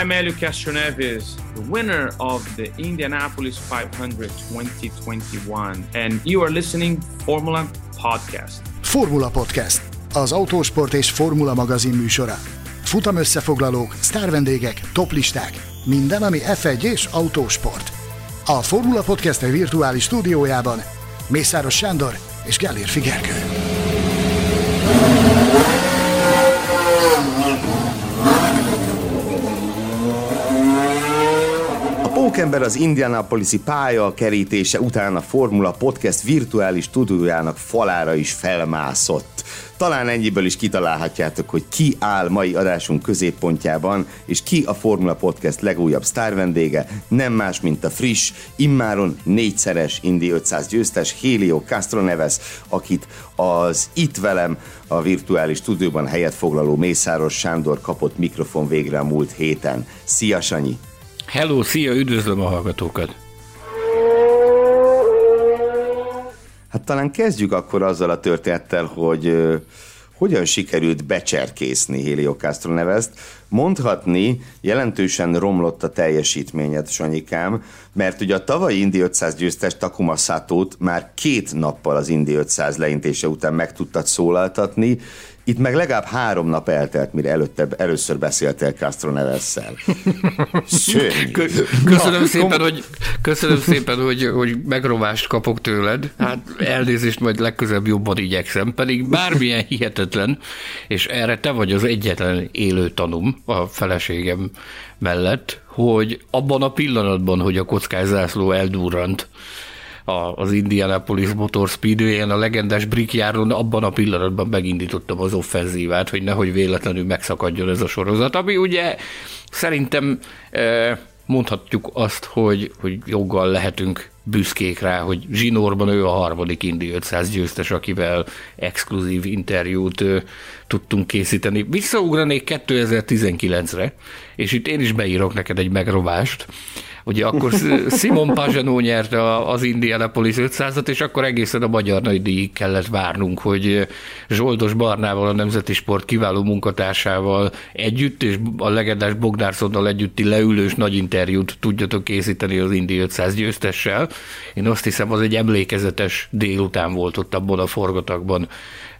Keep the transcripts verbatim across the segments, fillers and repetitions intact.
I'm Helio Castroneves, the winner of the Indianapolis five hundred twenty twenty-one, and you are listening Formula Podcast. Formula Podcast, az autósport és formula magazin műsora. Futamösszefoglalók, sztárvendégek, toplisták, minden, ami ef egy és autósport. A Formula Podcast virtuális stúdiójában Mészáros Sándor és Gellérfi Gergő. Pókember az Indianapolisi pálya kerítése után a Formula Podcast virtuális stúdiójának falára is felmászott. Talán ennyiből is kitalálhatjátok, hogy ki áll mai adásunk középpontjában, és ki a Formula Podcast legújabb sztárvendége, nem más, mint a friss, immáron négyszeres Indy ötszáz győztes Helio Castroneves, akit az itt velem a virtuális stúdióban helyet foglaló Mészáros Sándor kapott mikrofon végre a múlt héten. Szia, Sanyi! Hello, szia, üdvözlöm a hallgatókat! Hát talán kezdjük akkor azzal a történettel, hogy uh, hogyan sikerült becserkészni Helio Castronevest. Mondhatni, jelentősen romlott a teljesítményed, Sanyikám, mert ugye a tavalyi Indy ötszáz győztes Takuma Satót már két nappal az Indy ötszáz leintése után meg tudtad szólaltatni. Itt meg legalább három nap eltelt, mire előtte, először beszéltél Castronevesszel. Szörnyű. Köszönöm Na, szépen, kom- hogy, köszönöm szépen hogy, hogy megrovást kapok tőled. Hát elnézést, majd legközelebb jobban igyekszem. Pedig bármilyen hihetetlen, és erre te vagy az egyetlen élő tanúm a feleségem mellett, hogy abban a pillanatban, hogy a kockázászló eldurrant az Indianapolis Motor Speedway-en, a legendás Brickyardon, abban a pillanatban megindítottam az offenzívát, hogy nehogy véletlenül megszakadjon ez a sorozat, ami ugye szerintem mondhatjuk azt, hogy, hogy joggal lehetünk büszkék rá, hogy zsinórban ő a harmadik Indy ötszáz győztes, akivel exkluzív interjút ö, tudtunk készíteni. Visszaugranék kétezer-tizenkilencre, és itt én is beírok neked egy megrovást. Ugye akkor Simon Pagenaud nyerte az Indianapolis ötszázat, és akkor egészen a magyar nagydíjig kellett várnunk, hogy Zsoldos Barnával, a Nemzeti Sport kiváló munkatársával együtt, és a legendás Bogdárszonnal együtti leülős nagy interjút tudjatok készíteni az Indy ötszáz győztessel. Én azt hiszem, az egy emlékezetes délután volt ott abban a forgatagban.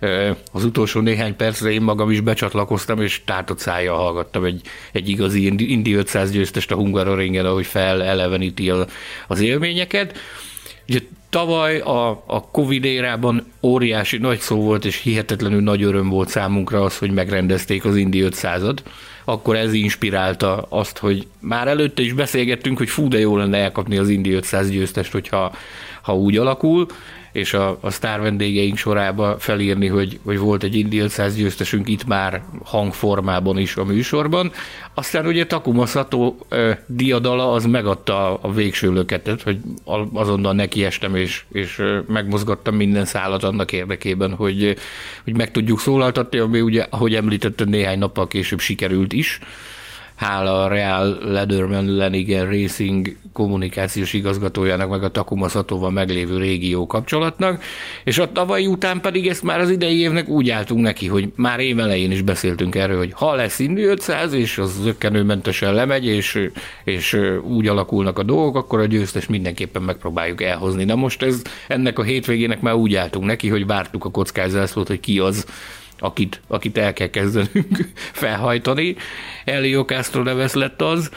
Az utolsó néhány percre én magam is becsatlakoztam, és tátott szájjal hallgattam egy, egy igazi Indy ötszáz győztest a Hungaroringen, ahogy feleleveníti az élményeket. Ugye tavaly a, a Covid érában óriási nagy szó volt, és hihetetlenül nagy öröm volt számunkra az, hogy megrendezték az Indy ötszázat. Akkor ez inspirálta azt, hogy már előtte is beszélgettünk, hogy fú, de jó lenne elkapni az Indy ötszáz győztest, hogyha ha úgy alakul, és a, a sztár vendégeink sorába felírni, hogy, hogy volt egy Indy ötszáz győztesünk itt már hangformában is a műsorban. Aztán ugye Takuma Sato eh, diadala az megadta a, a végső löketet, hogy azonnal nekiestem, és, és eh, megmozgattam minden szálat annak érdekében, hogy, hogy meg tudjuk szólaltatni, ami ugye, ahogy említettem, néhány nappal később sikerült is. Hála a Real Lederman Lanigan Racing kommunikációs igazgatójának, meg a Takuma Satóval meglévő régió kapcsolatnak, és a tavalyi után pedig ezt már az idei évnek úgy álltunk neki, hogy már évelején is beszéltünk erről, hogy ha lesz Indy ötszáz, és az zökkenőmentesen lemegy, és, és úgy alakulnak a dolgok, akkor a győztes mindenképpen megpróbáljuk elhozni. Na most ez, ennek a hétvégének már úgy álltunk neki, hogy vártuk a kockázászlót, hogy ki az, Akit, akit el kell kezdenünk felhajtani. Helio Castroneves lett az.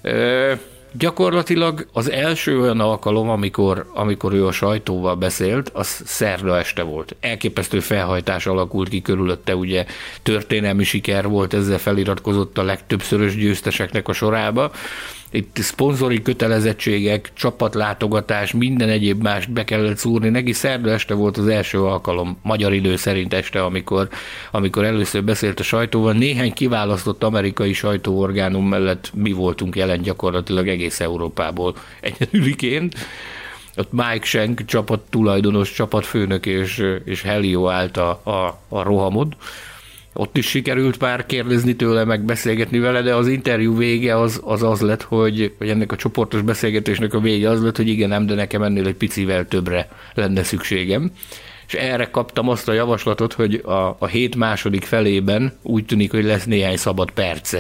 E, gyakorlatilag az első olyan alkalom, amikor, amikor ő a sajtóval beszélt, az szerda este volt. Elképesztő felhajtás alakult ki körülötte, ugye történelmi siker volt, ezzel feliratkozott a legtöbbszörös győzteseknek a sorába. Itt szponzori kötelezettségek, csapatlátogatás, minden egyéb mást be kellett szúrni. Neki szerda este volt az első alkalom, magyar idő szerint este, amikor, amikor először beszélt a sajtóval. Néhány kiválasztott amerikai sajtóorgánum mellett mi voltunk jelen gyakorlatilag egész Európából egyedüliként. Ott Mike Shank, csapat tulajdonos, csapatfőnök és, és Helio állt a, a, a rohamod. Ott is sikerült pár kérdezni tőle, meg beszélgetni vele, de az interjú vége az az, az lett, hogy, hogy ennek a csoportos beszélgetésnek a vége az lett, hogy igen, nem, de nekem ennél egy picivel többre lenne szükségem. És erre kaptam azt a javaslatot, hogy a, a hét második felében úgy tűnik, hogy lesz néhány szabad perce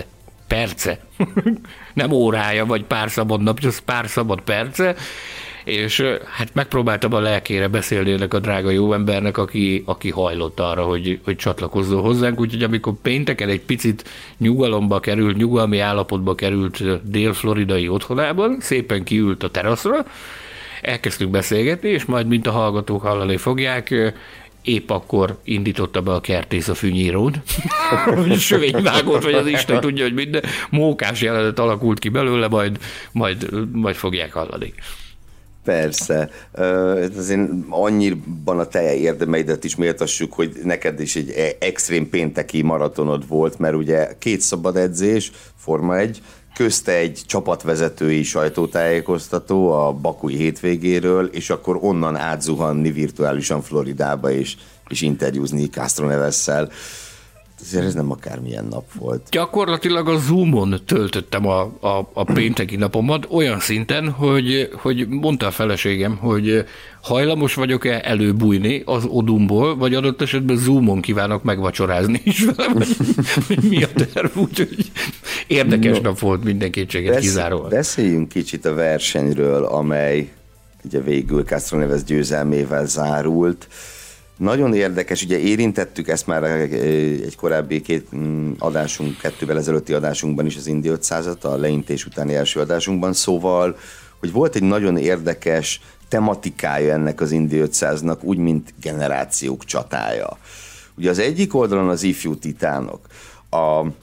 perce, nem órája, vagy pár szabad napja, az pár szabad perce, és hát megpróbáltam a lelkére beszélni ennek a drága jó embernek, aki, aki hajlott arra, hogy, hogy csatlakozzon hozzánk, úgyhogy amikor pénteken egy picit nyugalomba került, nyugalmi állapotba került dél-floridai otthonában, szépen kiült a teraszra, elkezdtünk beszélgetni, és majd, mint a hallgatók hallani fogják, épp akkor indította be a kertész a fűnyírót, sövényvágót, vagy az Isten tudja, hogy minden mókás jelenet alakult ki belőle, majd, majd, majd fogják hallani. Persze. Azért annyiban a te érdemeidet is méltassuk, hogy neked is egy extrém pénteki maratonod volt, mert ugye két szabad edzés, Forma egy, közte egy csapatvezetői sajtótájékoztató a bakui hétvégéről, és akkor onnan átzuhanni virtuálisan Floridába, és, és interjúzni Castronevesszel. Ezért ez nem akármilyen nap volt. Gyakorlatilag a Zoomon töltöttem a, a, a pénteki napomat olyan szinten, hogy, hogy mondta a feleségem, hogy hajlamos vagyok-e előbújni az odumból, vagy adott esetben Zoomon kívánok megvacsorázni is velem, hogy, hogy mi a terv, úgyhogy érdekes no, nap volt minden kétséget besz, kizáróan. Beszéljünk kicsit a versenyről, amely ugye végül Castroneves győzelmével zárult. Nagyon érdekes, ugye érintettük ezt már egy korábbi két adásunk, kettővel ezelőtti adásunkban is, az Indy ötszázat, a leintés utáni első adásunkban, szóval, hogy volt egy nagyon érdekes tematikája ennek az Indy ötszáznak, úgy, mint generációk csatája. Ugye az egyik oldalon az ifjú titánok, a,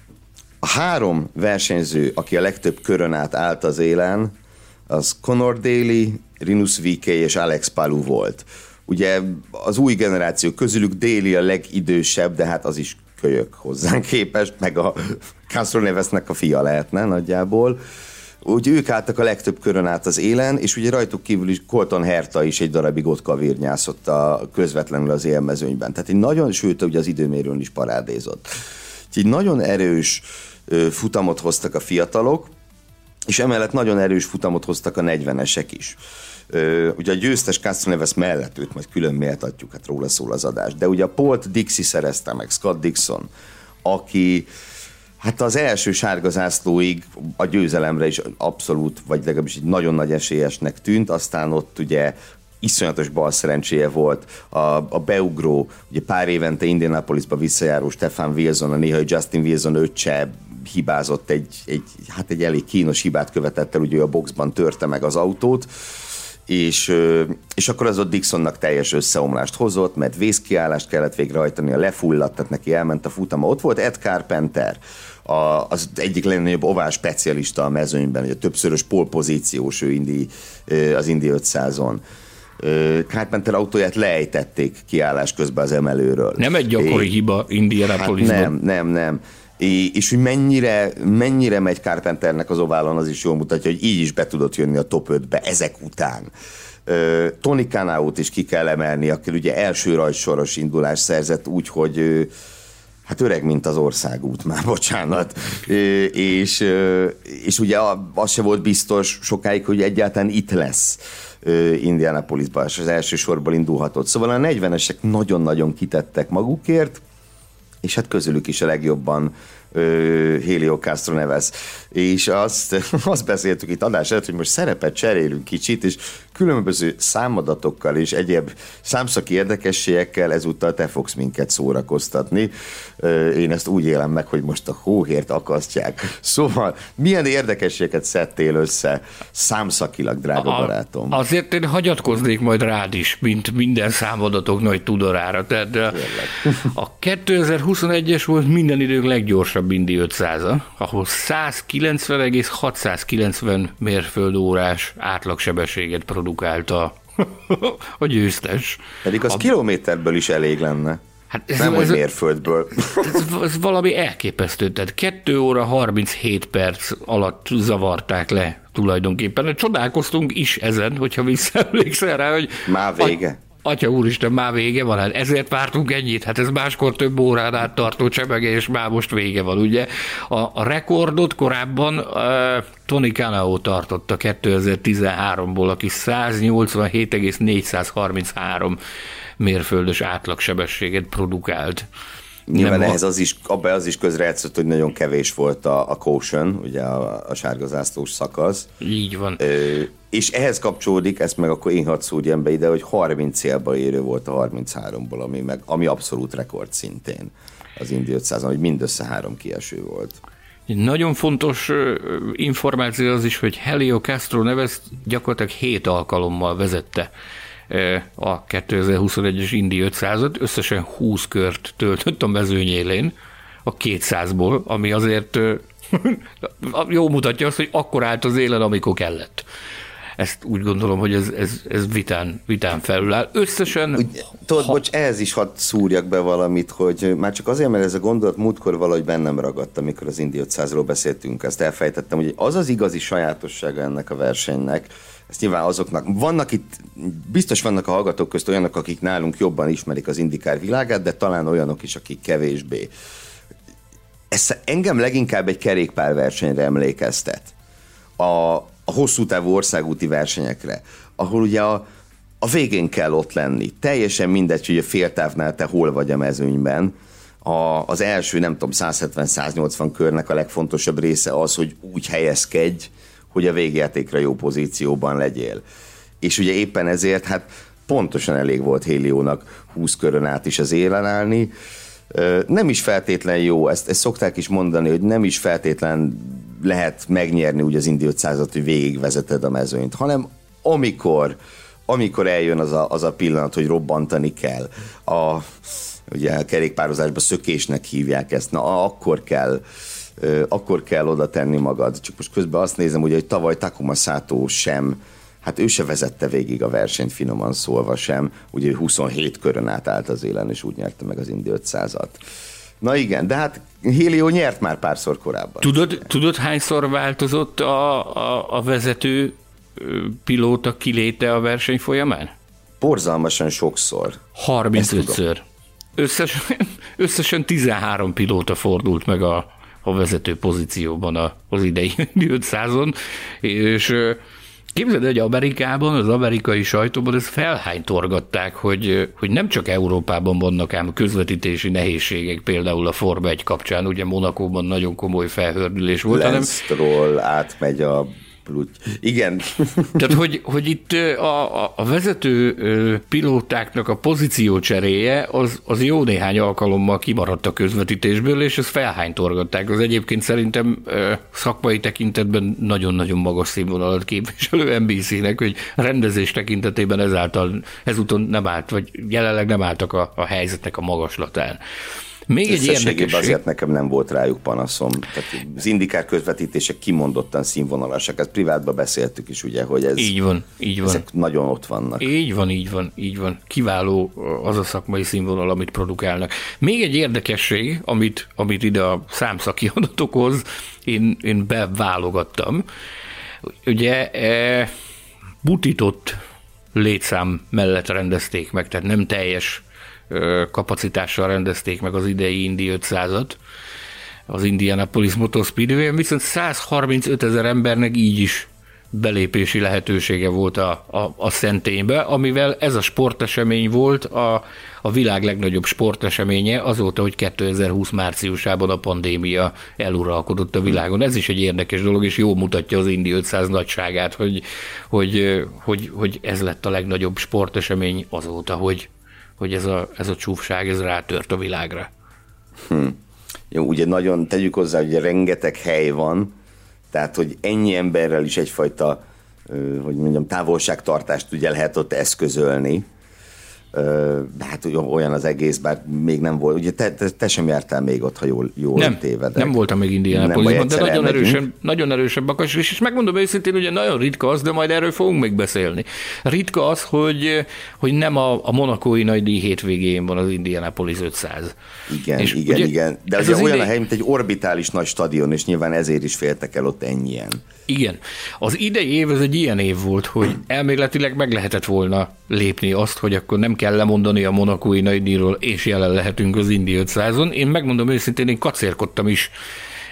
a három versenyző, aki a legtöbb körön át állt az élen, az Conor Daly, Rinus V K és Alex Palou volt. Ugye az új generáció közülük Daly a legidősebb, de hát az is kölyök hozzánk képest, meg a Castronevesnek a fia lehetne nagyjából. Úgy ők álltak a legtöbb körön át az élen, és ugye rajtuk kívül is Colton Herta is egy darabig ott kavírnyászott a közvetlenül az élmezőnyben. Tehát egy nagyon, sőt, ugye az időmérőn is parádézott. Egy nagyon erős futamot hoztak a fiatalok, és emellett nagyon erős futamot hoztak a negyvenesek is. Ugye a győztes Castroneves mellett őt majd külön méltatjuk, hát róla szól az adás, de ugye a Polt Dixie szerezte meg, Scott Dixon, aki hát az első sárga zászlóig a győzelemre is abszolút, vagy legalábbis egy nagyon nagy esélyesnek tűnt, aztán ott ugye iszonyatos balszerencséje volt, a, a beugró, ugye pár évente Indianapolisba visszajáró Stefan Wilson, a néhai Justin Wilson öccse hibázott, egy, egy, hát egy elég kínos hibát követett el, ugye ő a boxban törte meg az autót, és, és akkor az ott Dixonnak teljes összeomlást hozott, mert vészkiállást kellett végrehajtani, a lefulladt, tehát neki elment a futama. Ott volt Ed Carpenter, a, az egyik legnagyobb ovál specialista a mezőnyben, ugye többszörös pole-pozíciós ő indi, az Indy ötszázon. Carpenter autóját leejtették kiállás közben az emelőről. Nem egy gyakori é, hiba Indianapolisban. Hát nem, nem, nem. És hogy mennyire, mennyire megy Carpenternek az oválon, az is jól mutatja, hogy így is be tudott jönni a top ötbe ezek után. Tony Kanaan-t is ki kell emelni, aki ugye első rajtsoros indulást szerzett úgy, hogy hát öreg, mint az országút már, bocsánat. És, és ugye az se volt biztos sokáig, hogy egyáltalán itt lesz Indianapolisban, és az első sorból indulhatott. Szóval a negyvenesek nagyon-nagyon kitettek magukért, és hát közülük is a legjobban uh, Helio Castroneves. És azt, azt beszéltük itt adás előtt, hogy most szerepet cserélünk kicsit, és különböző számadatokkal és egyéb számszaki érdekességekkel ezúttal te fogsz minket szórakoztatni. Uh, én ezt úgy élem meg, hogy most a hóhért akasztják. Szóval milyen érdekességeket szedtél össze számszakilag, drága a, barátom? Azért én hagyatkoznék majd rád is, mint minden számadatok nagy tudorára. Tehát a kétezer-huszonegyes volt minden idők leggyorsabb Indy ötszáza, ahol százkilencven egész hatszázkilencven mérföldórás átlagsebességet produkálta a győztes. Pedig az a... kilométerből is elég lenne. Hát ez, nem, hogy mérföldből. Ez, ez valami elképesztő. Tehát két óra harminchét perc alatt zavarták le tulajdonképpen. Csodálkoztunk is ezen, hogyha visszaemlékszel rá, hogy... Már vége. A... Atya úristen, már vége van, hát ezért vártunk ennyit, hát ez máskor több órán át tartó csemegés, már most vége van, ugye. A, a rekordot korábban uh, Tony Kanaan tartotta kétezer-tizenháromból, aki száznyolcvanhét egész négyszázharminchárom mérföldes átlagsebességet produkált. Nyilván ehhez az is, abban az is közrejátszott, hogy nagyon kevés volt a, a caution, ugye a, a sárgazászlós szakasz. Így van. Ö, és ehhez kapcsolódik, ezt meg akkor én hadd szúrjam be ide, hogy harminc célba érő volt a harmincháromból, ami, meg, ami abszolút rekord szintén az Indy ötszázon, hogy mindössze három kieső volt. Egy nagyon fontos információ az is, hogy Helio Castro Neves gyakorlatilag hét alkalommal vezette a kétezer-huszonegyes Indy ötszázat, összesen húsz kört töltött a mezőny élén a kétszázból, ami azért jó mutatja azt, hogy akkor állt az élen, amikor kellett. Ezt úgy gondolom, hogy ez, ez, ez vitán, vitán felül áll. Összesen... Úgy, tudod, ha... bocs, ehhez is hadd szúrjak be valamit, hogy már csak azért, mert ez a gondolat múltkor valahogy bennem ragadt, amikor az Indy ötszázról beszéltünk, ezt elfejtettem, hogy az az igazi sajátossága ennek a versenynek, ezt nyilván azoknak, vannak itt, biztos vannak a hallgatók közt olyanok, akik nálunk jobban ismerik az IndyCar világát, de talán olyanok is, akik kevésbé. Ez engem leginkább egy kerékpárversenyre emlékeztet. A, a hosszú távú országúti versenyekre, ahol ugye a, a végén kell ott lenni. Teljesen mindegy, hogy a féltávnál te hol vagy a mezőnyben. A, az első, nem tudom, száz hetven száz nyolcvan körnek a legfontosabb része az, hogy úgy helyezkedj, hogy a végjátékra jó pozícióban legyél. És ugye éppen ezért hát pontosan elég volt Heliónak húsz körön át is az élen állni. Nem is feltétlen jó, ezt, ezt szokták is mondani, hogy nem is feltétlen lehet megnyerni úgy az Indy ötszázat, hogy végigvezeted a mezőnyt, hanem amikor, amikor eljön az a, az a pillanat, hogy robbantani kell. A, ugye a kerékpározásban szökésnek hívják ezt, na akkor kell akkor kell oda tenni magad. Csak most közben azt nézem, ugye, hogy tavaly Takuma Sato sem, hát ő se vezette végig a versenyt, finoman szólva sem, ugye huszonhét körön át állt az élen, és úgy nyerte meg az Indy ötszázat. Na igen, de hát Helio nyert már párszor korábban. Tudod, tudod hányszor változott a, a, a vezető pilóta kiléte a verseny folyamán? Borzalmasan sokszor. harmincötször. Összesen, összesen tizenhárom pilóta fordult meg a a vezető pozícióban az idei ötszázon, és képzeld, hogy Amerikában, az amerikai sajtóban ezt felhánytorgatták, hogy, hogy nem csak Európában vannak ám közvetítési nehézségek, például a Forma egy kapcsán, ugye Monacóban nagyon komoly felhördülés volt. Lance-ról hanem... átmegy a igen. Tehát, hogy, hogy itt a, a vezető pilótáknak a pozíció cseréje, az, az jó néhány alkalommal kimaradt a közvetítésből, és ezt felhánytorgatták. Az egyébként szerintem szakmai tekintetben nagyon-nagyon magas színvonalat képviselő en bé cé-nek, hogy rendezés tekintetében ezáltal ezúton nem állt, vagy jelenleg nem álltak a, a helyzetnek a magaslatán. Még egy érdekesség. Azért nekem nem volt rájuk panaszom. Tehát az IndyCar közvetítések kimondottan színvonalasak. Ezt privátban beszéltük is, ugye, hogy ez, így van, így van. Ezek nagyon ott vannak. Így van, így van, így van. Kiváló az a szakmai színvonal, amit produkálnak. Még egy érdekesség, amit, amit ide a számszaki adatokhoz én, én beválogattam. Ugye e, butított létszám mellett rendezték meg, tehát nem teljes kapacitással rendezték meg az idei Indy ötszázat, az Indianapolis Motor Speedway, viszont százharmincöt ezer embernek így is belépési lehetősége volt a, a, a szentélybe, amivel ez a sportesemény volt a, a világ legnagyobb sporteseménye azóta, hogy kétezer-húsz márciusában a pandémia eluralkodott a világon. Ez is egy érdekes dolog, és jól mutatja az Indy ötszáz nagyságát, hogy, hogy, hogy, hogy ez lett a legnagyobb sportesemény azóta, hogy hogy ez a, ez a csúfság, ez rátört a világra. Hm. Jó, ugye nagyon, tegyük hozzá, hogy rengeteg hely van, tehát, hogy ennyi emberrel is egyfajta, hogy mondjam, távolságtartást ugye lehet ott eszközölni. Hát olyan az egész, bár még nem volt. Ugye te, te, te sem jártál még ott, ha jól, jól nem, tévedek. Nem voltam még Indianapolisban, de nagyon erősen, nagyon erősen bakas, és megmondom őszintén, ugye nagyon ritka az, de majd erről fogunk még beszélni. Ritka az, hogy, hogy nem a, a monacói nagydíj hétvégén van az Indianapolis ötszáz. Igen, és igen, ugye, igen. De az, az olyan idei... a hely, mint egy orbitális nagy stadion, és nyilván ezért is féltek el ott ennyien. Igen. Az idei év ez egy ilyen év volt, hogy elméletileg meg lehetett volna lépni azt, hogy akkor nem kell lemondani a monacói nagydíjról, és jelen lehetünk az Indy ötszázon. Én megmondom őszintén, én kacérkodtam is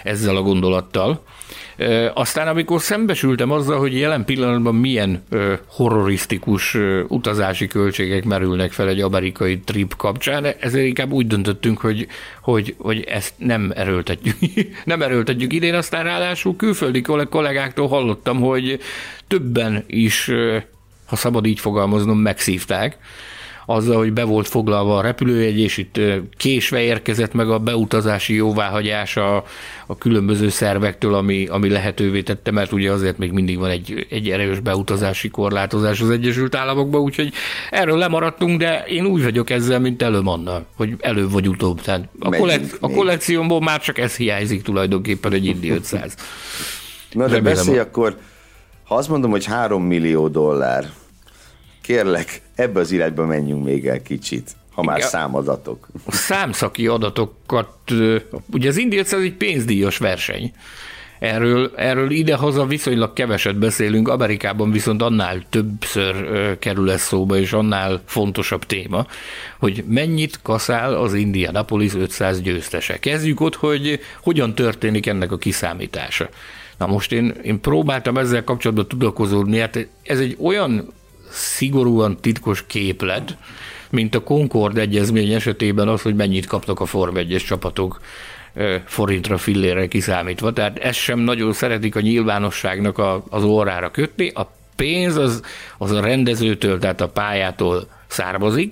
ezzel a gondolattal. Aztán amikor szembesültem azzal, hogy jelen pillanatban milyen horrorisztikus utazási költségek merülnek fel egy amerikai trip kapcsán, ezért inkább úgy döntöttünk, hogy, hogy, hogy ezt nem erőltetjük. nem erőltetjük idén, aztán ráadásul külföldi kollégáktól hallottam, hogy többen is, ha szabad így fogalmaznom, megszívták, azzal, hogy be volt foglalva a repülőjegy, és itt késve érkezett meg a beutazási jóváhagyása a különböző szervektől, ami, ami lehetővé tette, mert ugye azért még mindig van egy, egy erős beutazási korlátozás az Egyesült Államokban, úgyhogy erről lemaradtunk, de én úgy vagyok ezzel, mint előbb Anna, hogy előbb vagy utóbb. Tehát a, kollek- a kollekciómból már csak ez hiányzik tulajdonképpen, egy Indy ötszáz. Na de Remélem, beszélj akkor, ha azt mondom, hogy három millió dollár, kérlek, ebbe az irányba menjünk még el kicsit, ha már igen, számadatok. A számszaki adatokat, ugye az Indy ötszáz egy pénzdíjas verseny. Erről, erről idehaza viszonylag keveset beszélünk, Amerikában viszont annál többször kerül ez szóba, és annál fontosabb téma, hogy mennyit kaszál az Indianapolis ötszáz győztese. Kezdjük ott, hogy hogyan történik ennek a kiszámítása. Na most én, én próbáltam ezzel kapcsolatban tudakozódni, hát ez egy olyan szigorúan titkos képlet, mint a Concord egyezmény esetében az, hogy mennyit kaptak a Forma egyes csapatok forintra, fillérre kiszámítva. Tehát ezt sem nagyon szeretik a nyilvánosságnak a, az orrára kötni. A pénz az, az a rendezőtől, tehát a pályától származik,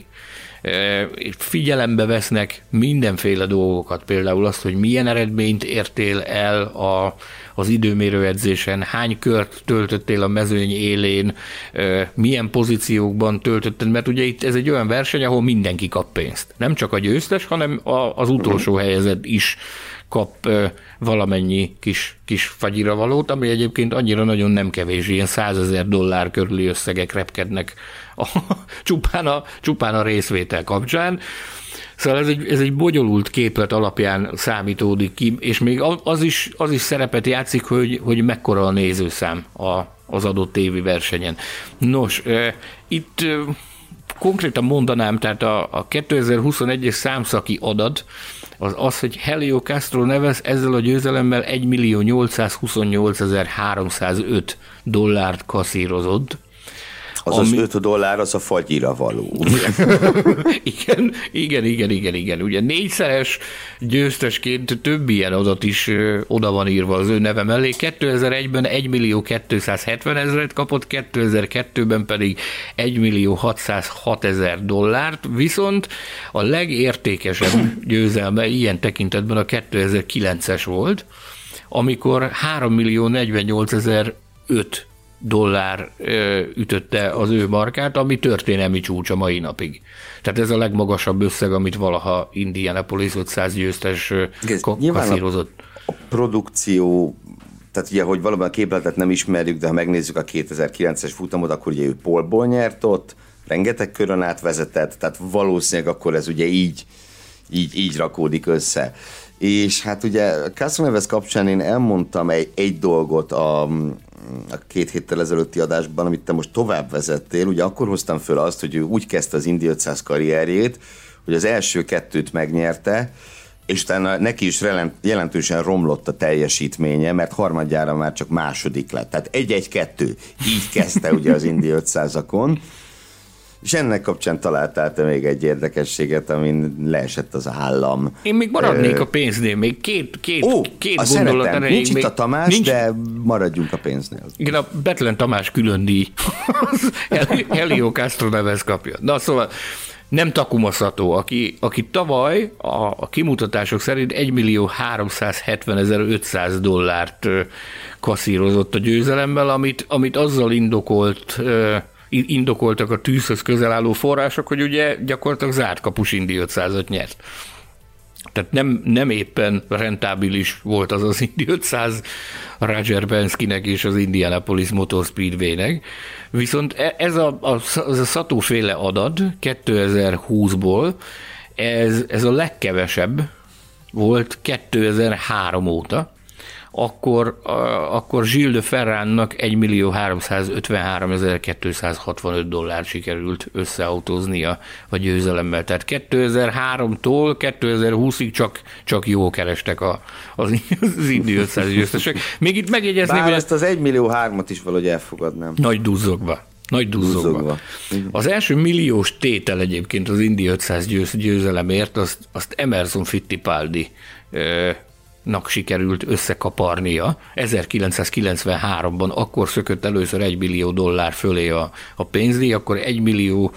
és figyelembe vesznek mindenféle dolgokat, például azt, hogy milyen eredményt értél el a, az időmérőedzésen, hány kört töltöttél a mezőny élén, milyen pozíciókban töltötted, mert ugye itt ez egy olyan verseny, ahol mindenki kap pénzt. Nem csak a győztes, hanem a, az utolsó helyezett is kap valamennyi kis, kis fagyira valót, ami egyébként annyira nagyon nem kevés, ilyen százezer dollár körüli összegek repkednek a, csupán, a, csupán a részvétel kapcsán. Szóval ez egy, ez egy bonyolult képlet alapján számítódik ki, és még az is, az is szerepet játszik, hogy, hogy mekkora a nézőszám a, az adott évi versenyen. Nos, e, itt e, konkrétan mondanám, tehát a, a kétezer-huszonegyes számszaki adat az az, hogy Helio Castro Neves ezzel a győzelemmel egymillió nyolcszázhuszonnyolcezer-háromszázöt dollárt kasszírozott. Az ami... az öt dollár, az a fagyira való. igen, igen, igen, igen, igen. Ugye négyszeres győztesként több ilyen adat is oda van írva az ő neve mellé. kétezer-egyben egymillió kétszázhetvenezret kapott, kétezer-kettőben pedig egymillió hatszázhatezer dollárt, viszont a legértékesebb győzelme ilyen tekintetben a kétezer-kilences volt, amikor hárommillió negyvennyolcezer-öt dollár ütötte az ő markát, ami történelmi csúcs a mai napig. Tehát ez a legmagasabb összeg, amit valaha Indianapolis ötszáz győztes kasszírozott. A produkció, tehát ugye, hogy valóban a képletet nem ismerjük, de ha megnézzük a kétezer-kilences futamot, akkor ugye ő pole-ból nyert ott, rengeteg körön át vezetett, tehát valószínűleg akkor ez ugye így, így, így rakódik össze. És hát ugye Castro Neves kapcsán én elmondtam egy, egy dolgot a, a két héttel ezelőtti adásban, amit te most tovább vezettél. Ugye akkor hoztam föl azt, hogy ő úgy kezdte az Indy ötszáz karrierjét, hogy az első kettőt megnyerte, és utána neki is jelentősen romlott a teljesítménye, mert harmadjára már csak második lett. Tehát egy-egy-kettő. Így kezdte ugye az Indy ötszázakon. És ennek kapcsán találtál te még egy érdekességet, amin leesett az állam. Én még maradnék a pénznél, még két, két, Ó, két gondolat erejéig. Nincs itt a Tamás, nincs... de maradjunk a pénznél. Igen, a Betlen Tamás külön díj. Helio Castro Neves kapja. Na szóval nem Takuma Sato, aki, aki tavaly a, a kimutatások szerint egymillió háromszázhetvenezer-ötszáz dollárt kasszírozott a győzelemmel, amit, amit azzal indokolt indokoltak a tűzhöz közel álló források, hogy ugye gyakorlatilag zárt kapus Indy ötszázat nyert. Tehát nem, nem éppen rentábilis volt az az Indy ötszáz Roger Penskenek és az Indianapolis Motor Speedway-nek, viszont ez a, a, az a Sato-féle adat kétezer-húszból, ez, ez a legkevesebb volt kétezer-három óta, akkor, akkor Gilles de Ferrannak egymillió háromszázötvenháromezer-kétszázhatvanöt dollár sikerült összeautóznia a győzelemmel. Tehát kétezer-háromtól kétezer-húszig csak, csak jól kerestek a, az, az Indy ötszáz győztesek. Még itt megjegyezném, hogy ezt az egymillió hármat is valahogy elfogadnám. Nagy duzzogva. Nagy duzzogva. duzzogva. Az első milliós tétel egyébként az Indy ötszáz győz, győzelemért, azt, azt Emerson Fittipaldi nak sikerült összekaparnia. ezerkilencszázkilencvenháromban akkor szökött először egy millió dollár fölé a, a pénzdíj, akkor egy millió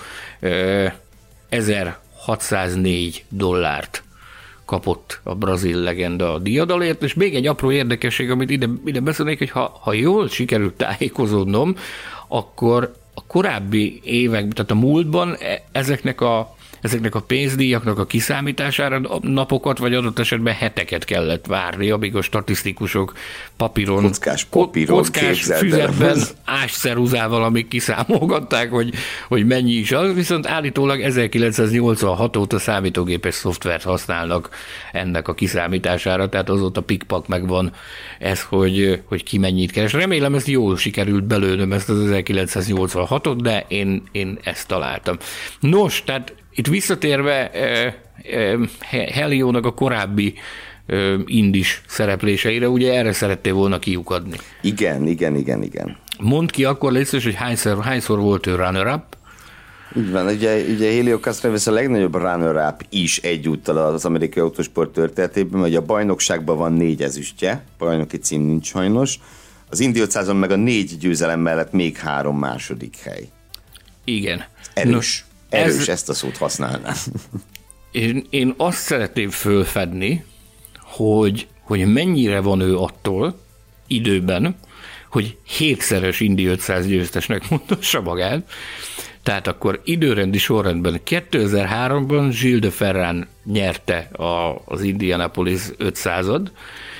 ezerhatszáznégy dollárt kapott a brazil legenda a diadalért, és még egy apró érdekesség, amit ide, ide beszélnék, hogy ha, ha jól sikerült tájékozódnom, akkor a korábbi években, tehát a múltban ezeknek a Ezeknek a pénzdíjaknak a kiszámítására napokat, vagy adott esetben heteket kellett várni, amíg a statisztikusok papíron, kockás, papíron kockás füzetben, ásszeruzával, amíg kiszámolgatták, hogy, hogy mennyi is az, viszont állítólag ezerkilencszáznyolcvanhat óta számítógépes szoftvert használnak ennek a kiszámítására, tehát azóta pikpak megvan ez, hogy, hogy ki mennyit keres. Remélem, ezt jól sikerült belőnöm, ezt az ezerkilencszáznyolcvanhatot, de én, én ezt találtam. Nos, tehát itt visszatérve eh, eh, Helio-nak a korábbi eh, indis szerepléseire, ugye erre szerettél volna kiukadni. Igen, igen, igen, igen. Mondd ki akkor létszős, hogy hányszor, hányszor volt ő runner-up? Így van, ugye, ugye Helio Castroneves a legnagyobb runner-up is egyúttal az amerikai autósport történetében, hogy a bajnokságban van négy ezüstje, bajnoki cím nincs sajnos, az Indy ötszázon meg a négy győzelem mellett még három második hely. Igen. Erős. Nos, Erős, ez, ezt a szót használnám. Én, én azt szeretném fölfedni, hogy, hogy mennyire van ő attól időben, hogy hétszeres Indy ötszáz győztesnek mondassa magát. Tehát akkor időrendi sorrendben kétezer-háromban Gilles de Ferran nyerte a, az Indianapolis ötszázad,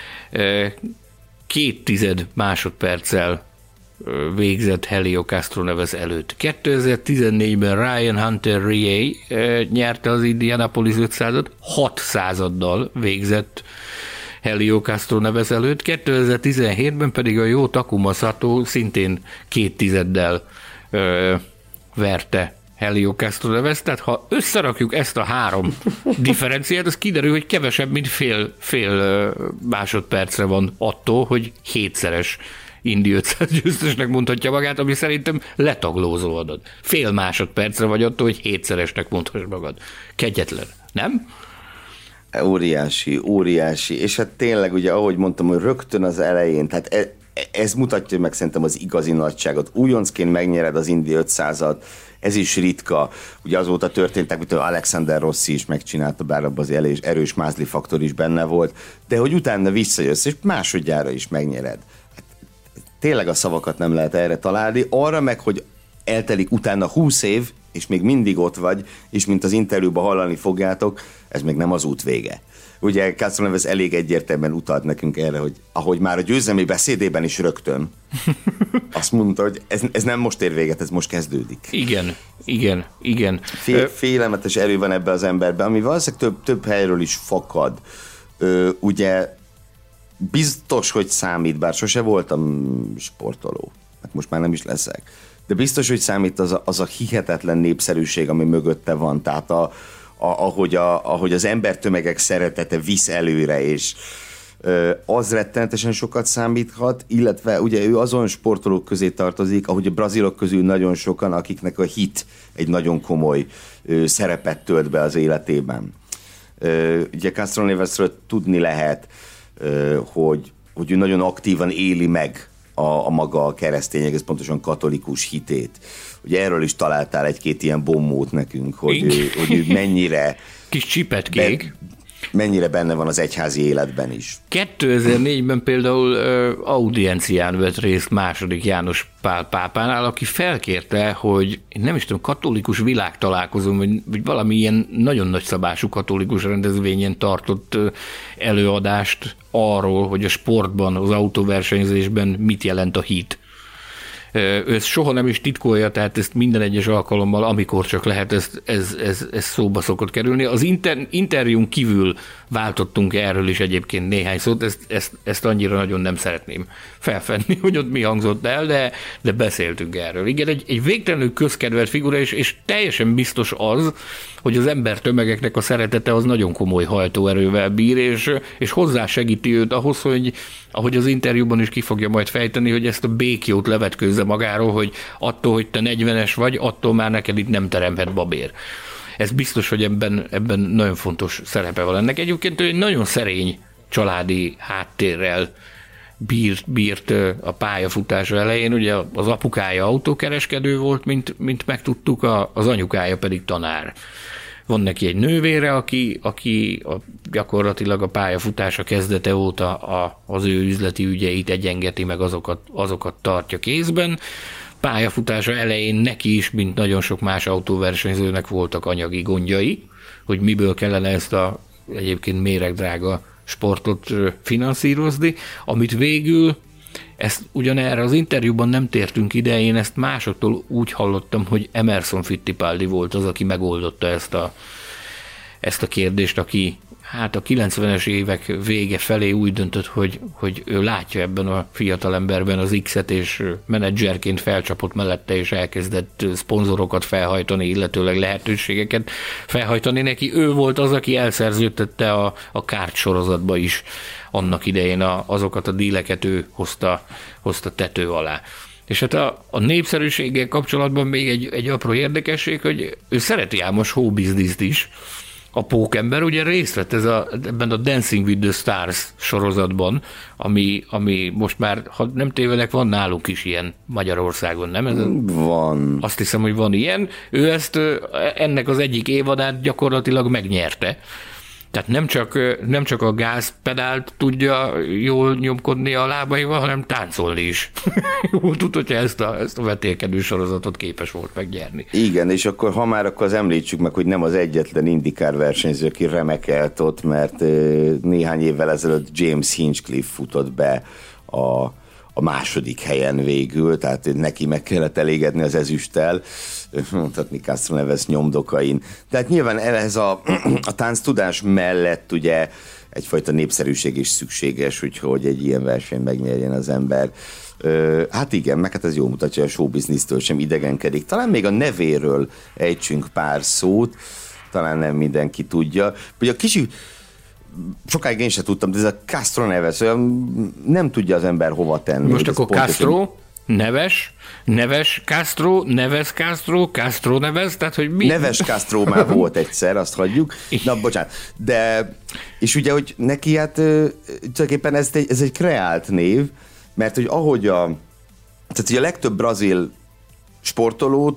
két tized másodperccel végzett Helio Castroneves előtt. kétezer-tizennégyben Ryan Hunter-Reay nyerte az Indianapolis ötszázat, hat századdal végzett Helio Castroneves előtt, kétezer-tizenhétben pedig a jó Takuma Sato szintén két tizeddel ö, verte Helio Castroneves, tehát ha összerakjuk ezt a három differenciát, az kiderül, hogy kevesebb, mint fél, fél másodpercre van attól, hogy hétszeres Indy ötszáz győztesnek mondhatja magát, ami szerintem letaglózó adat. Fél másodpercre vagy attól, hogy hétszeresnek mondhass magad. Kegyetlen, nem? Óriási, óriási, és hát tényleg ugye, ahogy mondtam, hogy rögtön az elején, tehát e, ez mutatja meg szerintem az igazi nagyságot. Újoncként megnyered az Indy ötszázat, ez is ritka. Ugye azóta történtek, mint Alexander Rossi is megcsinálta, bár abban az erős, erős mázli faktor is benne volt, de hogy utána visszajössz, és másodjára is megnyered. Hát, tényleg a szavakat nem lehet erre találni, arra meg, hogy eltelik utána húsz év, és még mindig ott vagy, és mint az interjúban hallani fogjátok, ez még nem az út vége. Ugye Castroneves elég egyértelműen utalt nekünk erre, hogy ahogy már a győzelmi beszédében is rögtön azt mondta, hogy ez, ez nem most ér véget, ez most kezdődik. Igen, igen, igen. Fél, félelmetes erő van ebbe az emberben, ami valószínűleg több, több helyről is fakad. Ö, ugye biztos, hogy számít, bár sose voltam sportoló, meg most már nem is leszek, de biztos, hogy számít az a, az a hihetetlen népszerűség, ami mögötte van, tehát a A, ahogy, a, ahogy az embertömegek szeretete visz előre, és ö, az rettenetesen sokat számíthat, illetve ugye ő azon sportolók közé tartozik, ahogy a brazilok közül nagyon sokan, akiknek a hit egy nagyon komoly ö, szerepet tölt be az életében. Ö, ugye Castronevesről tudni lehet, ö, hogy, hogy ő nagyon aktívan éli meg a, a maga a keresztény, egész pontosan katolikus hitét. Ugye erről is találtál egy-két ilyen bombót nekünk, hogy ő, hogy ő mennyire... Kis csipetkék. Be, mennyire benne van az egyházi életben is. kétezer-négyben például uh, audiencián vett részt második János Pál pápánál, aki felkérte, hogy nem is tudom, katolikus világtalálkozón, vagy, vagy valami ilyen nagyon nagyszabású katolikus rendezvényen tartott uh, előadást arról, hogy a sportban, az autóversenyzésben mit jelent a hit. Ő ezt soha nem is titkolja, tehát ezt minden egyes alkalommal, amikor csak lehet, ez, ez, ez, ez szóba szokott kerülni. Az inter, interjún kívül váltottunk erről is egyébként néhány szót, ezt, ezt, ezt annyira nagyon nem szeretném felfedni, hogy ott mi hangzott el, de, de beszéltünk erről. Igen, egy, egy végtelenül közkedvelt figura, és, és teljesen biztos az, hogy az ember tömegeknek a szeretete az nagyon komoly hajtóerővel bír, és, és hozzásegíti őt ahhoz, hogy ahogy az interjúban is ki fogja majd fejteni, hogy ezt a békjót levetkőzze magáról, hogy attól, hogy te negyvenes vagy, attól már neked itt nem teremhet babér. Ez biztos, hogy ebben, ebben nagyon fontos szerepe van ennek. Egyébként egy nagyon szerény családi háttérrel bírt, bírt a pályafutása elején. Ugye az apukája autókereskedő volt, mint, mint megtudtuk, az anyukája pedig tanár. Van neki egy nővére, aki, aki a, gyakorlatilag a pályafutása kezdete óta a, az ő üzleti ügyeit egyengeti, meg azokat, azokat tartja kézben. Pályafutása elején neki is, mint nagyon sok más autóversenyzőnek voltak anyagi gondjai, hogy miből kellene ezt a egyébként méregdrága sportot finanszírozni, amit végül, ezt ugyanerre az interjúban nem tértünk ide, én ezt másoktól úgy hallottam, hogy Emerson Fittipaldi volt az, aki megoldotta ezt a, ezt a kérdést, aki hát a kilencvenes évek vége felé úgy döntött, hogy, hogy ő látja ebben a fiatalemberben az X-et, és menedzserként felcsapott mellette, és elkezdett szponzorokat felhajtani, illetőleg lehetőségeket felhajtani neki. Ő volt az, aki elszerződtette a, a kárt sorozatba is annak idején a, azokat a díleket ő hozta, hozta tető alá. És hát a, a népszerűséggel kapcsolatban még egy, egy apró érdekesség, hogy ő szereti ám a showbizniszt is. A pókember ugye részt vett ez a, ebben a Dancing with the Stars sorozatban, ami, ami most már, ha nem tévedek, van náluk is ilyen Magyarországon, nem? Ez a, van. Azt hiszem, hogy van ilyen. Ő ezt, ennek az egyik évadát gyakorlatilag megnyerte. Tehát nem csak, nem csak a gázpedált tudja jól nyomkodni a lábaival, hanem táncolni is. Jól tud, hogyha ezt a, ezt a vetélkedő sorozatot képes volt megnyerni. Igen, és akkor ha már, akkor az említsük meg, hogy nem az egyetlen IndyCar versenyző, aki remekelt ott, mert néhány évvel ezelőtt James Hinchcliffe futott be a a második helyen végül, tehát neki meg kellett elégedni az ezüsttel, mondhatni Castroneves nyomdokain. Tehát nyilván ez a, a tánctudás mellett ugye egyfajta népszerűség is szükséges, hogy egy ilyen verseny megnyerjen az ember. Hát igen, meg hát ez jól mutatja, hogy a showbiznisztől sem idegenkedik. Talán még a nevéről ejtsünk pár szót, talán nem mindenki tudja. Ugye a kicsi sokáig én sem tudtam, de ez a Castroneves, olyan nem tudja az ember hova tenni. Most akkor Castro, Neves, Neves Castro, Neves Castro, Castro Neves, tehát hogy mi? Neves Castro már volt egyszer, azt hagyjuk. Na, bocsánat. De, és ugye, hogy neki hát tulajdonképpen ez egy, ez egy kreált név, mert hogy ahogy a, tehát hogy a legtöbb brazil sportolót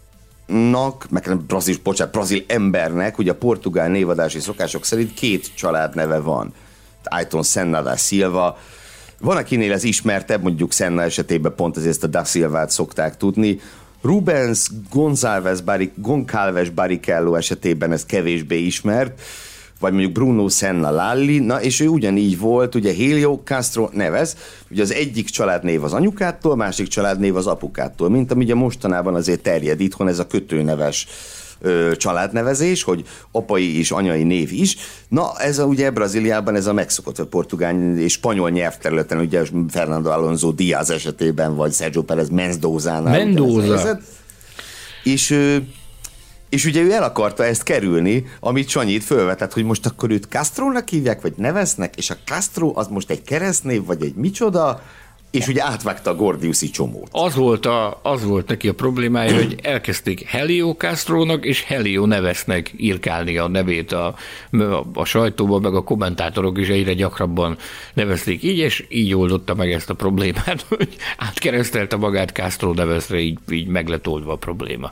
nak, meg brazil, bocsánat, brazil embernek, ugye a portugál névadási szokások szerint két családneve van. Ayrton Senna da Silva. Van, akinél ez ismertebb, mondjuk Senna esetében pont azért ezt a da Silvát szokták tudni. Rubens Gonçalves, Barri, Goncalves Barrichello esetében ez kevésbé ismert, vagy mondjuk Bruno Senna Lalli, na és ő ugyanígy volt, ugye Helio Castro Neves, ugye az egyik családnév az anyukától, másik családnév az apukától, mint ami ugye mostanában azért terjed itthon ez a kötőneves ö, családnevezés, hogy apai és anyai név is. Na ez a, ugye Brazíliában ez a megszokott, a portugál és spanyol nyelvterületen, ugye Fernando Alonso Diaz esetében, vagy Sergio Pérez Mendozánál. Mendoza. És ö, És ugye ő el akarta ezt kerülni, amit Sanyit fölvetett, hogy most akkor őt Castrónak hívják, vagy Nevesnek, és a Castro az most egy keresztnév, vagy egy micsoda, és ugye átvágta a Gordiuszi csomót. Az volt, a, az volt neki a problémája, hogy elkezdték Helio Castrónak és Helio Nevesnek írkálni a nevét a, a, a sajtóban, meg a kommentátorok is egyre gyakrabban nevezték így, és így oldotta meg ezt a problémát, hogy átkeresztelte magát Castro Nevesre, így, így meg lett oldva a probléma.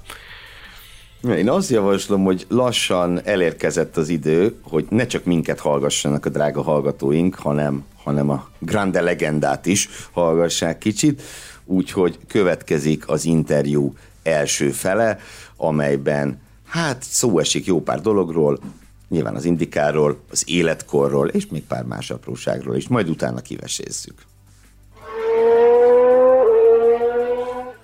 Én azt javaslom, hogy lassan elérkezett az idő, hogy ne csak minket hallgassanak a drága hallgatóink, hanem, hanem a grande legendát is hallgassák kicsit, úgyhogy következik az interjú első fele, amelyben hát szó esik jó pár dologról, nyilván az IndyCarról, az életkorról, és még pár más apróságról is, majd utána kivesézzük.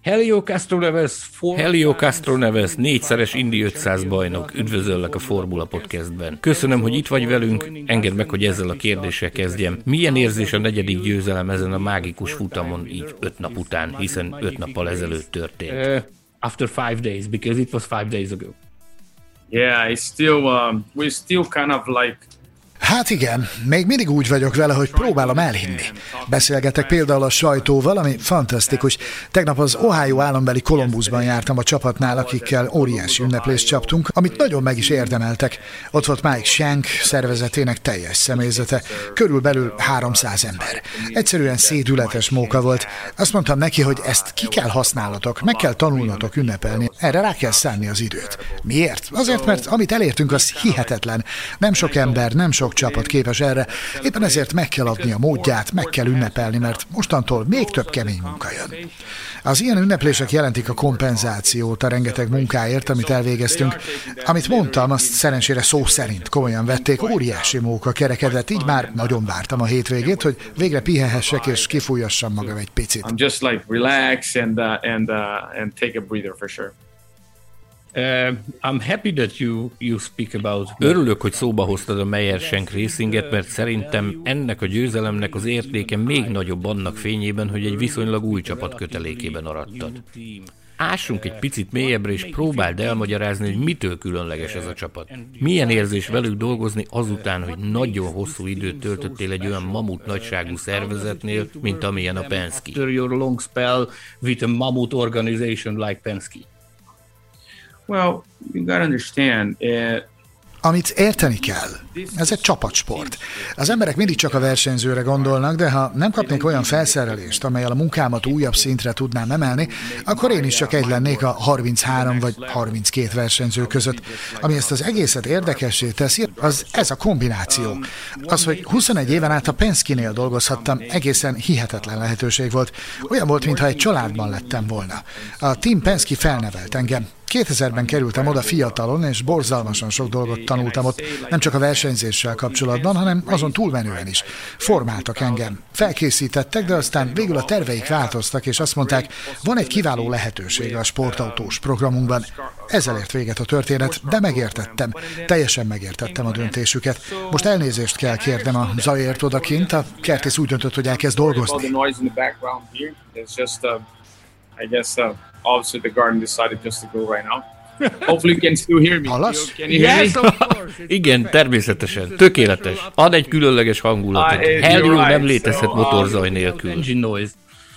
Helio Castroneves, Helio Castroneves, négyszeres Indy ötszáz bajnok. Üdvözöllek a Formula Podcastben. Köszönöm, hogy itt vagy velünk. Engedd meg, hogy ezzel a kérdéssel kezdjem. Milyen érzés a negyedik győzelem ezen a mágikus futamon így öt nap után, hiszen öt nappal ezelőtt történt? Uh, after five days, because it was five days ago. Yeah, it's still, um, we're still kind of like... Hát igen, még mindig úgy vagyok vele, hogy próbálom elhinni. Beszélgetek például a sajtóval, ami fantasztikus. Tegnap az Ohio állambeli Columbusban jártam a csapatnál, akikkel óriási ünneplést csaptunk, amit nagyon meg is érdemeltek. Ott volt Mike Shank szervezetének teljes személyzete, körülbelül háromszáz ember. Egyszerűen szédületes móka volt. Azt mondtam neki, hogy ezt ki kell használnatok, meg kell tanulnatok ünnepelni. Erre rá kell szánni az időt. Miért? Azért, mert amit elértünk, az hihetetlen. Nem sok ember, nem sok csapat képes erre, éppen ezért meg kell adni a módját, meg kell ünnepelni, mert mostantól még több kemény munka jön. Az ilyen ünneplések jelentik a kompenzációt a rengeteg munkáért, amit elvégeztünk. Amit mondtam, azt szerencsére szó szerint komolyan vették, óriási móka kerekedett, így már nagyon vártam a hétvégét, hogy végre pihenhessek és kifújassam magam egy picit. I'm just like relax and, uh, and, uh, and take a breather for sure. Uh, I'm happy that you, you speak about... Örülök, hogy szóba hoztad a Meyer Shank Racinget, mert szerintem ennek a győzelemnek az értéke még nagyobb annak fényében, hogy egy viszonylag új csapat kötelékében aradtad. Ássunk egy picit mélyebbre, és próbáld elmagyarázni, hogy mitől különleges ez a csapat. Milyen érzés velük dolgozni azután, hogy nagyon hosszú időt töltöttél egy olyan mamut nagyságú szervezetnél, mint amilyen a Penske. After your long spell with a mammoth organization like Penske. Well, you gotta understand, uh, Amit érteni kell, ez egy csapatsport. Az emberek mindig csak a versenyzőre gondolnak, de ha nem kapnék olyan felszerelést, amellyel a munkámat újabb szintre tudnám emelni, akkor én is csak egy lennék a harminchárom vagy harminckét versenyző között. Ami ezt az egészet érdekessé teszi, az ez a kombináció. Az, hogy huszonegy éven át a Penske-nél dolgozhattam, egészen hihetetlen lehetőség volt. Olyan volt, mintha egy családban lettem volna. A Team Penske felnevelt engem. kétezerben kerültem oda fiatalon, és borzalmasan sok dolgot tanultam ott, nem csak a versenyzéssel kapcsolatban, hanem azon túlmenően is. Formáltak engem, felkészítettek, de aztán végül a terveik változtak, és azt mondták, van egy kiváló lehetőség a sportautós programunkban. Ezzel ért véget a történet, de megértettem, teljesen megértettem a döntésüket. Most elnézést kell kérnem a zajért odakint, a kertész úgy döntött, hogy elkezd dolgozni. Obviously, the garden decided just to go right now. Hopefully you can still hear me. Hallasz? Can you hear me? Igen, természetesen. Tökéletes. Ad egy különleges hangulatot. Uh, Helio right. nem létezhet so, motorzaj um, nélkül. Engine noise.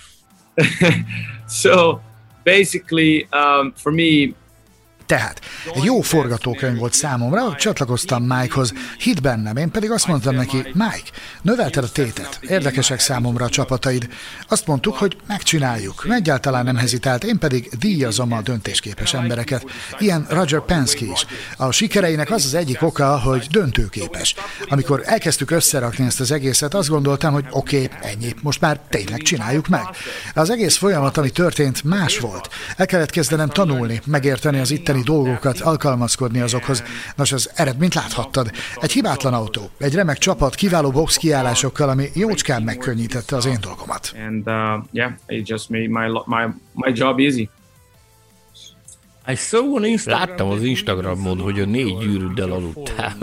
So, basically, um, for me, Tehát egy jó forgatókönyv volt számomra, hogy csatlakoztam Mikehoz, hitt bennem, én pedig azt mondtam neki, Mike, növelted a tétet, érdekesek számomra a csapataid. Azt mondtuk, hogy megcsináljuk, egyáltalán nem hezitált, én pedig díjazom a döntésképes embereket. Ilyen Roger Penske is. A sikereinek az az egyik oka, hogy döntőképes. Amikor elkezdtük összerakni ezt az egészet, azt gondoltam, hogy oké, okay, ennyi, most már tényleg csináljuk meg. Az egész folyamat, ami történt, más volt. El kellett kezdenem tanulni, megérteni az itteni dolgokat, alkalmazkodni azokhoz. Nos, az eredményt láthattad. Egy hibátlan autó, egy remek csapat, kiváló box kiállásokkal, ami jócskán megkönnyítette az én dolgomat. And uh, yeah, it just made my my my job easy. I saw on Instagram. Láttam az Instagramon, hogy a négy gyűrűddel aludtál.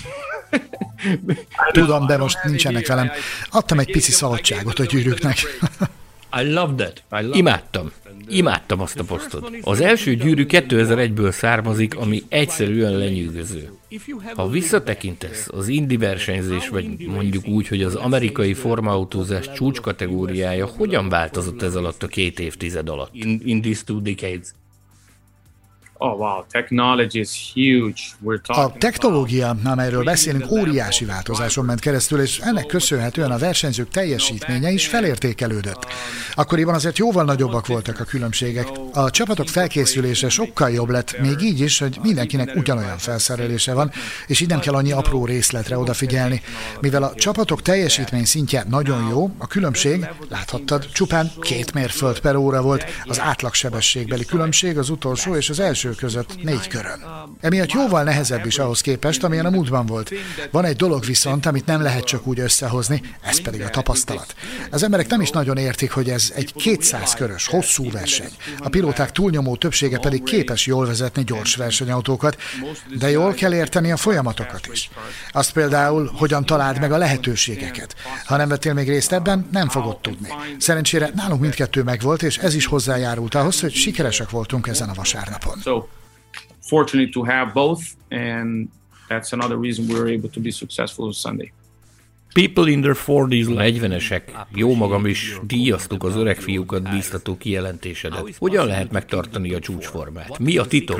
Tudom, de most nincsenek velem. Adtam egy pici szabadságot a gyűrűknek. I love that. I love Imádtam. Imádtam azt a posztot. Az első gyűrű kétezer-egyből származik, ami egyszerűen lenyűgöző. Ha visszatekintesz, az Indy versenyzés, vagy mondjuk úgy, hogy az amerikai formautózás csúcskategóriája hogyan változott ez alatt a két évtized alatt? In, in these two decades. Oh wow, technology is huge. We're talking A technológia, amelyről beszélünk, óriási változáson ment keresztül, és ennek köszönhetően a versenyzők teljesítménye is felértékelődött. Akkoriban azért jóval nagyobbak voltak a különbségek. A csapatok felkészülése sokkal jobb lett, még így is, hogy mindenkinek ugyanolyan felszerelése van, és így nem kell annyi apró részletre odafigyelni. Mivel a csapatok teljesítmény szintje nagyon jó, a különbség, láthattad, csupán két mérföld per óra volt, az átlagsebességbeli különbség az utolsó és az első első között négy körön. Emiatt jóval nehezebb is ahhoz képest, amilyen a múltban volt. Van egy dolog viszont, amit nem lehet csak úgy összehozni, ez pedig a tapasztalat. Az emberek nem is nagyon értik, hogy ez egy kétszáz körös, hosszú verseny. A pilóták túlnyomó többsége pedig képes jól vezetni gyors versenyautókat, de jól kell érteni a folyamatokat is. Azt például, hogyan találd meg a lehetőségeket. Ha nem vettél még részt ebben, nem fogod tudni. Szerencsére nálunk mindkettő megvolt, és ez is hozzájárult ahhoz, hogy sikeresek voltunk ezen a vasárnapon. So, fortunate to have both, and that's another reason we were able to be successful on Sunday. People in their forties, negyvenesek, jó magam is, díjaztuk az öreg fiúkat bíztató kijelentésedet. Hogyan lehet megtartani a csúcsformát? Mi a titok?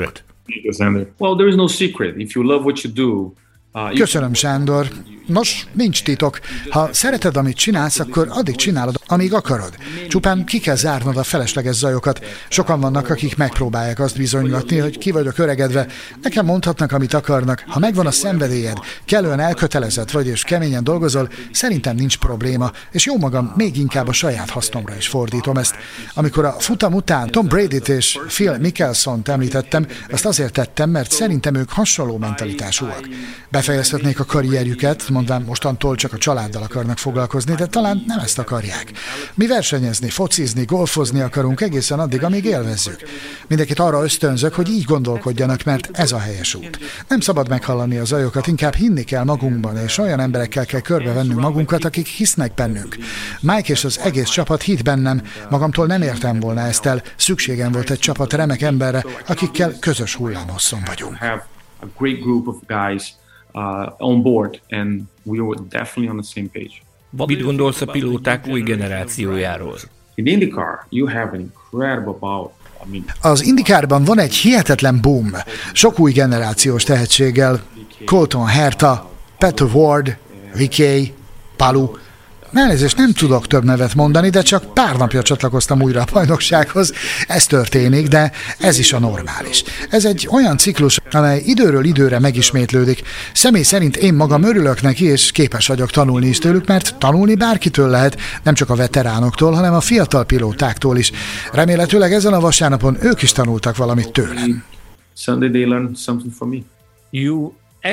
Well, there is no secret. If you love what you do, Köszönöm, Sándor. Nos, nincs titok. Ha szereted, amit csinálsz, akkor addig csinálod, amíg akarod. Csupán ki kell zárnod a felesleges zajokat. Sokan vannak, akik megpróbálják azt bizonygatni, hogy ki vagyok öregedve. Nekem mondhatnak, amit akarnak. Ha megvan a szenvedélyed, kellően elkötelezett vagy és keményen dolgozol, szerintem nincs probléma, és jó magam még inkább a saját hasznomra is fordítom ezt. Amikor a futam után Tom Bradyt és Phil Mickelsont említettem, azt azért tettem, mert szerintem ők hasonló mentalitásúak. Befejezhetnék a karrierjüket, mondván mostantól csak a családdal akarnak foglalkozni, de talán nem ezt akarják. Mi versenyezni, focizni, golfozni akarunk egészen addig, amíg élvezzük. Mindenkit arra ösztönzök, hogy így gondolkodjanak, mert ez a helyes út. Nem szabad meghallani a zajokat, inkább hinni kell magunkban, és olyan emberekkel kell körbevennünk magunkat, akik hisznek bennünk. Mike és az egész csapat hitt bennem, magamtól nem értem volna ezt el, szükségem volt egy csapat remek emberre, akikkel közös hullámhosszon vagyunk. A great group of guys uh, on board, and we were definitely on the same page. Mit gondolsz a pilóták új generációjáról? In IndyCar, you have an incredible power. I mean, Az IndyCarban van egy hihetetlen boom, sok új generációs tehetséggel, Colton Herta, Pat Ward, Vicky, Palu. Elnézést, nem tudok több nevet mondani, de csak pár napja csatlakoztam újra a bajnoksághoz. Ez történik, de ez is a normális. Ez egy olyan ciklus, amely időről időre megismétlődik. Személy szerint én magam örülök neki, és képes vagyok tanulni is tőlük, mert tanulni bárkitől lehet, nem csak a veteránoktól, hanem a fiatal pilótáktól is. Remélhetőleg ezen a vasárnapon ők is tanultak valamit tőlem. Sunday they learned something from me. You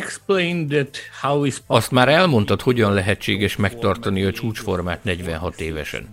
Azt már elmondtad, hogyan lehetséges megtartani a csúcsformát negyvenhat évesen.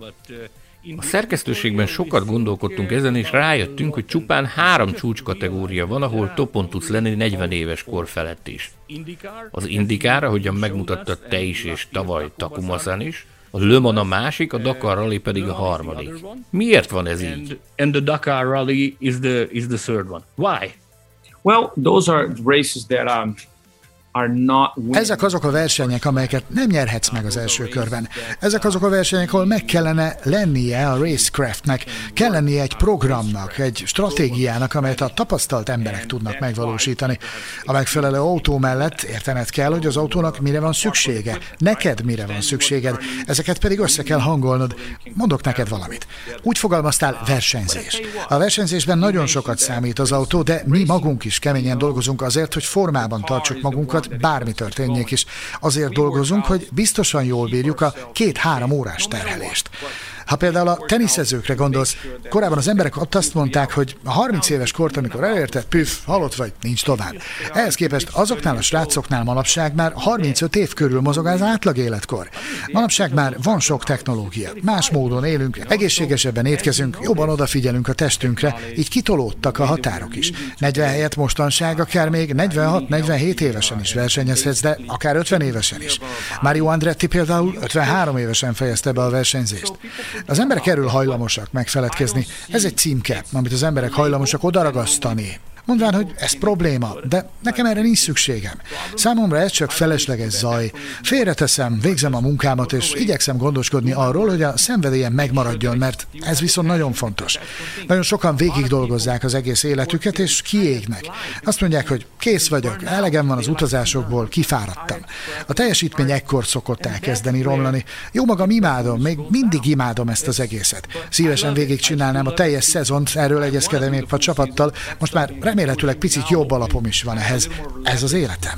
A szerkesztőségben sokat gondolkodtunk ezen, és rájöttünk, hogy csupán három csúcskategória van, ahol topon tudsz lenni negyven éves kor felett is. Az IndyCar, ahogyan megmutattad te is, és tavaly Takuma-san is, a Le Mans a másik, a Dakar Rally pedig a harmadik. Miért van ez így? And the Dakar Rally is the is the third one. Why? Well, those are races that um, are not winning. Ezek azok a versenyek, amelyeket nem nyerhetsz meg az első körben. Ezek azok a versenyek, ahol meg kellene lennie a racecraftnek, kell lennie egy programnak, egy stratégiának, amelyet a tapasztalt emberek tudnak megvalósítani. A megfelelő autó mellett értened kell, hogy az autónak mire van szüksége, neked mire van szükséged, ezeket pedig össze kell hangolnod. Mondok neked valamit. Úgy fogalmaztál, versenyzés. A versenyzésben nagyon sokat számít az autó, de mi magunk is keményen dolgozunk azért, hogy formában tartsuk magunkat, bármi történjék is. Azért dolgozunk, hogy biztosan jól bírjuk a két-három órás terhelést. Ha például a teniszezőkre gondolsz, korábban az emberek ott azt mondták, hogy a harminc éves kort, amikor elérted, püff, halott vagy, nincs tovább. Ehhez képest azoknál a srácoknál manapság már harmincöt év körül mozog az átlag életkor. Manapság már van sok technológia, más módon élünk, egészségesebben étkezünk, jobban odafigyelünk a testünkre, így kitolódtak a határok is. negyven helyett mostanság akár még negyvenhat-negyvenhét évesen is versenyezhetsz, de akár ötven évesen is. Mario Andretti például ötvenhárom évesen fejezte be a versenyzést. Az emberek erről hajlamosak megfeledkezni. Ez egy címke, amit az emberek hajlamosak odaragasztani. Mondván, hogy ez probléma, de nekem erre nincs szükségem. Számomra ez csak felesleges zaj. Félreteszem, végzem a munkámat, és igyekszem gondoskodni arról, hogy a szenvedélyem megmaradjon, mert ez viszont nagyon fontos. Nagyon sokan végig dolgozzák az egész életüket, és kiégnek. Azt mondják, hogy kész vagyok, elegem van az utazásokból, kifáradtam. A teljesítmény ekkor szokott elkezdeni romlani. Jó magam imádom, még mindig imádom ezt az egészet. Szívesen végigcsinálnám a teljes szezont, erről egyezkedem épp a csapattal, most már remélhetőleg picit jobb alapom is van ehhez. Ez az életem.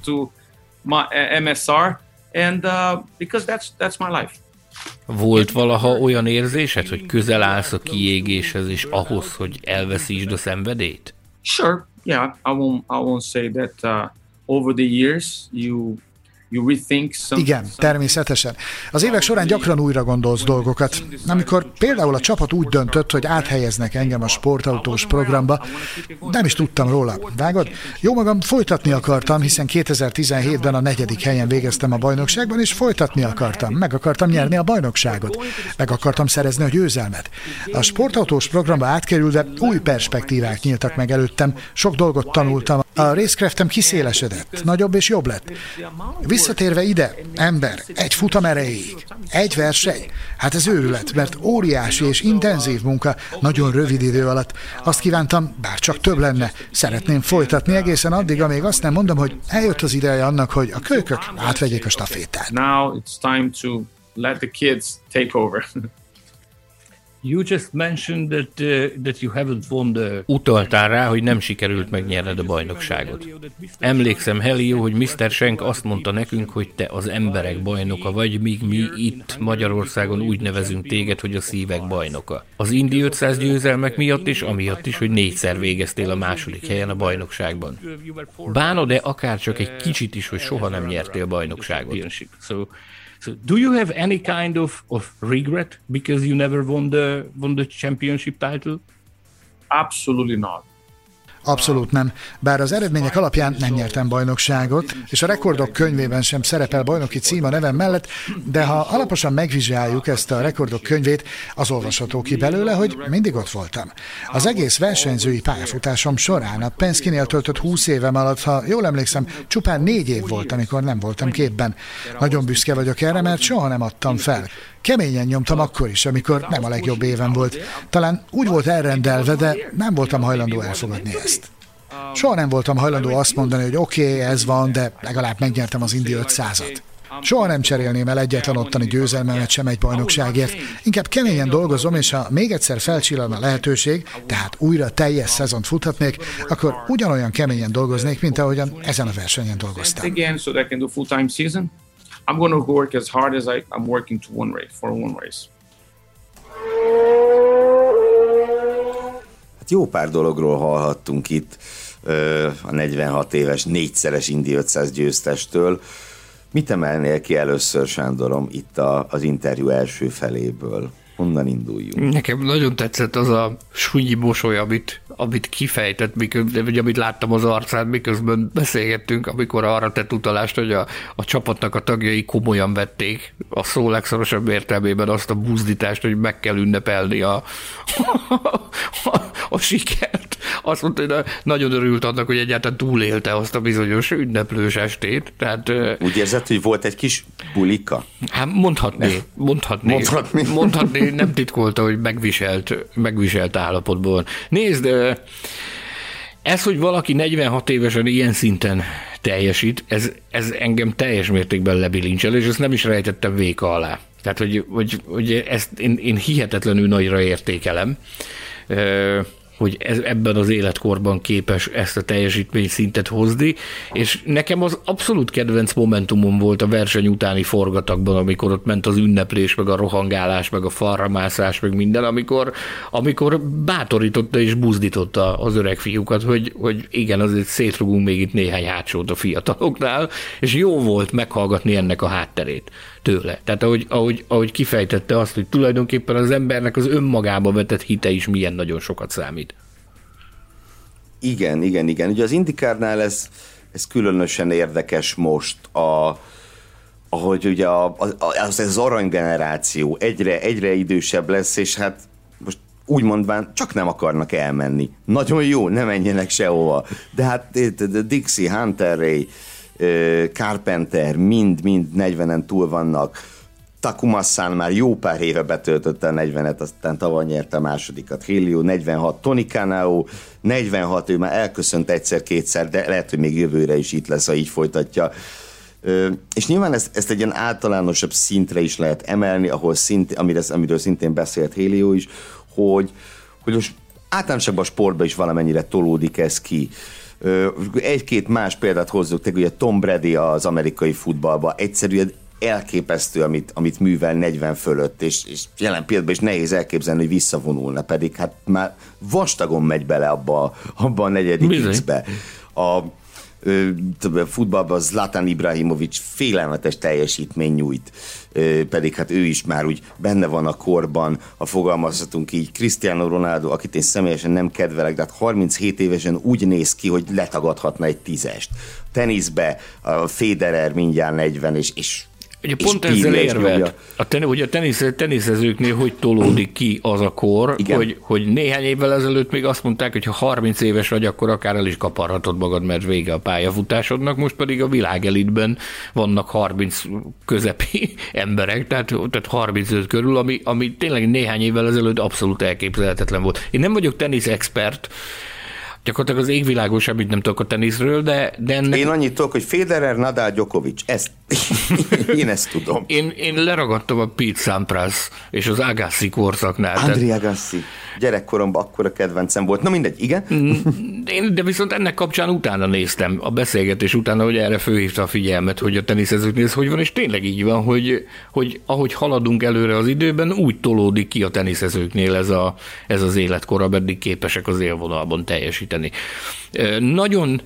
Volt valaha olyan érzésed, hogy közel állsz a kiégéshez, és ahhoz, hogy elveszítsd a szenvedélyt? Sure, yeah, I won't, I won't say that uh, over the years you Igen, természetesen. Az évek során gyakran újra gondolsz dolgokat. Amikor például a csapat úgy döntött, hogy áthelyeznek engem a sportautós programba, nem is tudtam róla. Vágod? Jó magam, folytatni akartam, hiszen kétezer-tizenhétben a negyedik helyen végeztem a bajnokságban, és folytatni akartam. Meg akartam nyerni a bajnokságot. Meg akartam szerezni a győzelmet. A sportautós programba átkerülve új perspektívák nyíltak meg előttem, sok dolgot tanultam. A racecraftem kiszélesedett, nagyobb és jobb lett. Visszatérve ide, ember, egy futam erejéig, egy verseny, hát ez őrület, mert óriási és intenzív munka, nagyon rövid idő alatt. Azt kívántam, bár csak több lenne, szeretném folytatni egészen addig, amíg azt nem mondom, hogy eljött az ideje annak, hogy a kölykök átvegyék a stafétát. Now it's time to let the kids take over. You just mentioned that uh, that you haven't won the... Utaltál rá, hogy nem sikerült megnyerned a bajnokságot. Emlékszem, Helio, hogy miszter Schenk azt mondta nekünk, hogy te az emberek bajnoka vagy, míg mi itt Magyarországon úgy nevezünk téged, hogy a szívek bajnoka. Az Indy ötszáz győzelmek miatt és amiatt is, hogy négyszer végeztél a második helyen a bajnokságban. Bánod-e akár csak egy kicsit is, hogy soha nem nyertél bajnokságot? So do you have any kind of, of regret because you never won the won the championship title? Absolutely not. Abszolút nem. Bár az eredmények alapján nem nyertem bajnokságot, és a rekordok könyvében sem szerepel bajnoki cím a nevem mellett, de ha alaposan megvizsgáljuk ezt a rekordok könyvét, az olvasható ki belőle, hogy mindig ott voltam. Az egész versenyzői pályafutásom során a Penske-nél töltött húsz évem alatt, ha jól emlékszem, csupán négy év volt, amikor nem voltam képben. Nagyon büszke vagyok erre, mert soha nem adtam fel. Keményen nyomtam akkor is, amikor nem a legjobb évem volt. Talán úgy volt elrendelve, de nem voltam hajlandó elfogadni ezt. Soha nem voltam hajlandó azt mondani, hogy oké, okay, ez van, de legalább megnyertem az Indy ötszázat. Soha nem cserélném el egyetlen ottani győzelmemet sem egy bajnokságért. Inkább keményen dolgozom, és ha még egyszer felcsillan a lehetőség, tehát újra teljes szezont futhatnék, akkor ugyanolyan keményen dolgoznék, mint ahogyan ezen a versenyen dolgoztam. I'm going to work as hard as I, I'm working to one race, for one race. Hát jó pár dologról hallhattunk itt a negyvenhat éves, négyszeres Indy ötszáz győztestől. Mit emelnél ki először, Sándorom, itt a, az interjú első feléből? Honnan induljunk? Nekem nagyon tetszett az a súnyi mosoly, amit, amit kifejtett, miközben, vagy amit láttam az arcán, miközben beszélgettünk, amikor arra tett utalást, hogy a, a csapatnak a tagjai komolyan vették a szó legszorosabb értelmében azt a buzdítást, hogy meg kell ünnepelni a, a, a sikert. Azt mondta, hogy nagyon örült annak, hogy egyáltalán túlélte azt a bizonyos ünneplős estét. Tehát, úgy érzed, hogy volt egy kis bulika? Hát mondhatni, mondhatni. Mondhatni. mondhatni nem titkolta, hogy megviselt, megviselt állapotban. Nézd, ez, hogy valaki negyvenhat évesen ilyen szinten teljesít, ez, ez engem teljes mértékben lebilincsel, és ezt nem is rejtettem véka alá. Tehát, hogy, hogy, hogy ezt én, én hihetetlenül nagyra értékelem, hogy ez, ebben az életkorban képes ezt a teljesítményszintet hozni, és nekem az abszolút kedvenc momentumom volt a verseny utáni forgatagban, amikor ott ment az ünneplés, meg a rohangálás, meg a falramászás, meg minden, amikor, amikor bátorította és buzdította az öreg fiúkat, hogy, hogy igen, azért szétrugunk még itt néhány hátsót a fiataloknál, és jó volt meghallgatni ennek a hátterét tőle. Tehát ahogy, ahogy, ahogy kifejtette azt, hogy tulajdonképpen az embernek az önmagába vetett hite is milyen nagyon sokat számít. Igen, igen, igen. Ugye az IndyCarnál ez, ez különösen érdekes most, a, ahogy ugye a, a, az, az aranygeneráció egyre, egyre idősebb lesz, és hát most úgy mondván csak nem akarnak elmenni. Nagyon jó, ne menjenek sehova. De hát Dixie, Hunter Ray, Carpenter mind-mind negyvenen túl vannak. Takuma San már jó pár éve betöltötte a negyvenet, aztán tavaly nyerte a másodikat. Helio negyvenhat, Tony Kanao negyvenhat, ő már elköszönt egyszer-kétszer, de lehet, hogy még jövőre is itt lesz, ha így folytatja. És nyilván ezt, ezt egy ilyen általánosabb szintre is lehet emelni, ahol szint, amire, amiről szintén beszélt Helio is, hogy, hogy most általánosabban a sportban is valamennyire tolódik ez ki. Egy-két más példát hozzuk, tehát ugye Tom Brady az amerikai futballban egyszerűen elképesztő, amit, amit művel negyven fölött, és, és jelen pillanatban is nehéz elképzelni, hogy visszavonulna, pedig hát már vastagon megy bele abba, abba a negyedik X-be. A futballban Zlatan Ibrahimovic félelmetes teljesítmény nyújt, pedig hát ő is már úgy benne van a korban, ha fogalmazhatunk így. Cristiano Ronaldo, akit én személyesen nem kedvelek, de hát harminchét évesen úgy néz ki, hogy letagadhatna egy tízest. Teniszbe a Federer mindjárt negyven, és, és ugye pont ezzel érvelt, a ten, ugye a tenisz, teniszezőknél hogy tolódik ki az a kor, hogy, hogy néhány évvel ezelőtt még azt mondták, hogy ha harminc éves vagy, akkor akár el is kaparhatod magad, mert vége a pályafutásodnak, most pedig a világelitben vannak harminc közepi emberek, tehát, tehát harmincöt körül, ami, ami tényleg néhány évvel ezelőtt abszolút elképzelhetetlen volt. Én nem vagyok tenisz expert, gyakorlatilag az égvilágon semmit nem tudok a teniszről, de, de ennek... Én annyit tudok, hogy Federer, Nadal, Djokovic. Ezt, én ezt tudom. Én, én leragadtam a Pete Sampras és az Agassi korszaknál. André Agassi. Gyerekkoromban akkora kedvencem volt. Na mindegy, igen. Én, de viszont ennek kapcsán utána néztem, a beszélgetés utána, hogy erre fölhívta a figyelmet, hogy a teniszezőknél ez hogy van, és tényleg így van, hogy, hogy ahogy haladunk előre az időben, úgy tolódik ki a teniszezőknél ez, a, ez az életkor, ameddig képesek az élvonalban teljesíteni. Nagyon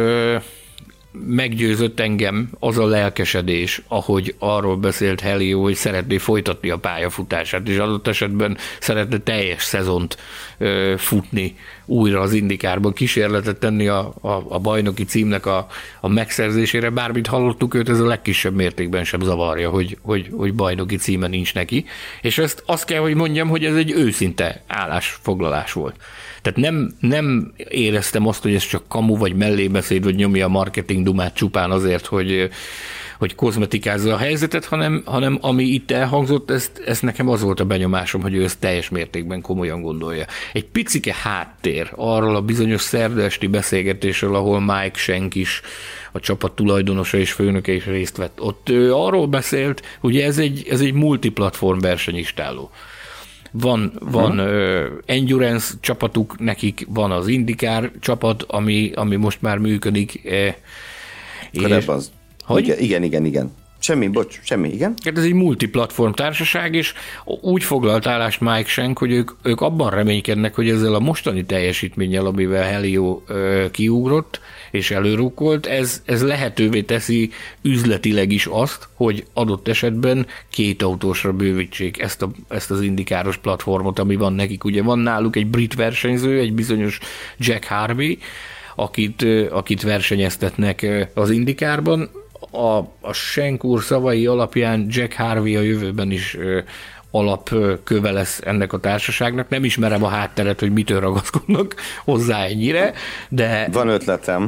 meggyőzött engem az a lelkesedés, ahogy arról beszélt Helio, hogy szeretné folytatni a pályafutását, és adott esetben szeretne teljes szezont futni újra az IndyCarban, kísérletet tenni a, a, a bajnoki címnek a, a megszerzésére, bármit hallottuk őt, ez a legkisebb mértékben sem zavarja, hogy, hogy, hogy bajnoki címe nincs neki, és ezt azt kell, hogy mondjam, hogy ez egy őszinte állásfoglalás volt. Tehát nem, nem éreztem azt, hogy ez csak kamu, vagy mellébeszéd, vagy nyomja a marketing dumát csupán azért, hogy, hogy kozmetikázza a helyzetet, hanem, hanem ami itt elhangzott, ezt, ezt nekem az volt a benyomásom, hogy ő ezt teljes mértékben komolyan gondolja. Egy picike háttér arról a bizonyos szerda esti beszélgetésről, ahol Mike Schenk is, a csapat tulajdonosa és főnöke is részt vett. Ott ő arról beszélt, hogy ez egy, ez egy multiplatform versenyistáló. Van, van uh, endurance csapatuk, nekik van az IndyCar csapat, ami, ami most már működik. Eh, és, az. Hogy? Igen, igen, igen, igen. Semmi, bocs, semmi, igen. Ez egy multiplatform társaság, és úgy foglalt állást Mike Schenk, hogy ők, ők abban reménykednek, hogy ezzel a mostani teljesítménnyel, amivel Helio uh, kiugrott és előrukkolt, ez, ez lehetővé teszi üzletileg is azt, hogy adott esetben két autósra bővítsék ezt, a, ezt az indikáros platformot, ami van nekik. Ugye van náluk egy brit versenyző, egy bizonyos Jack Harvey, akit, akit versenyeztetnek az IndyCarban. A, a Schenk úr szavai alapján Jack Harvey a jövőben is alapköve lesz ennek a társaságnak. Nem ismerem a hátteret, hogy mitől ragaszkodnak hozzá ennyire, de... Van ötletem.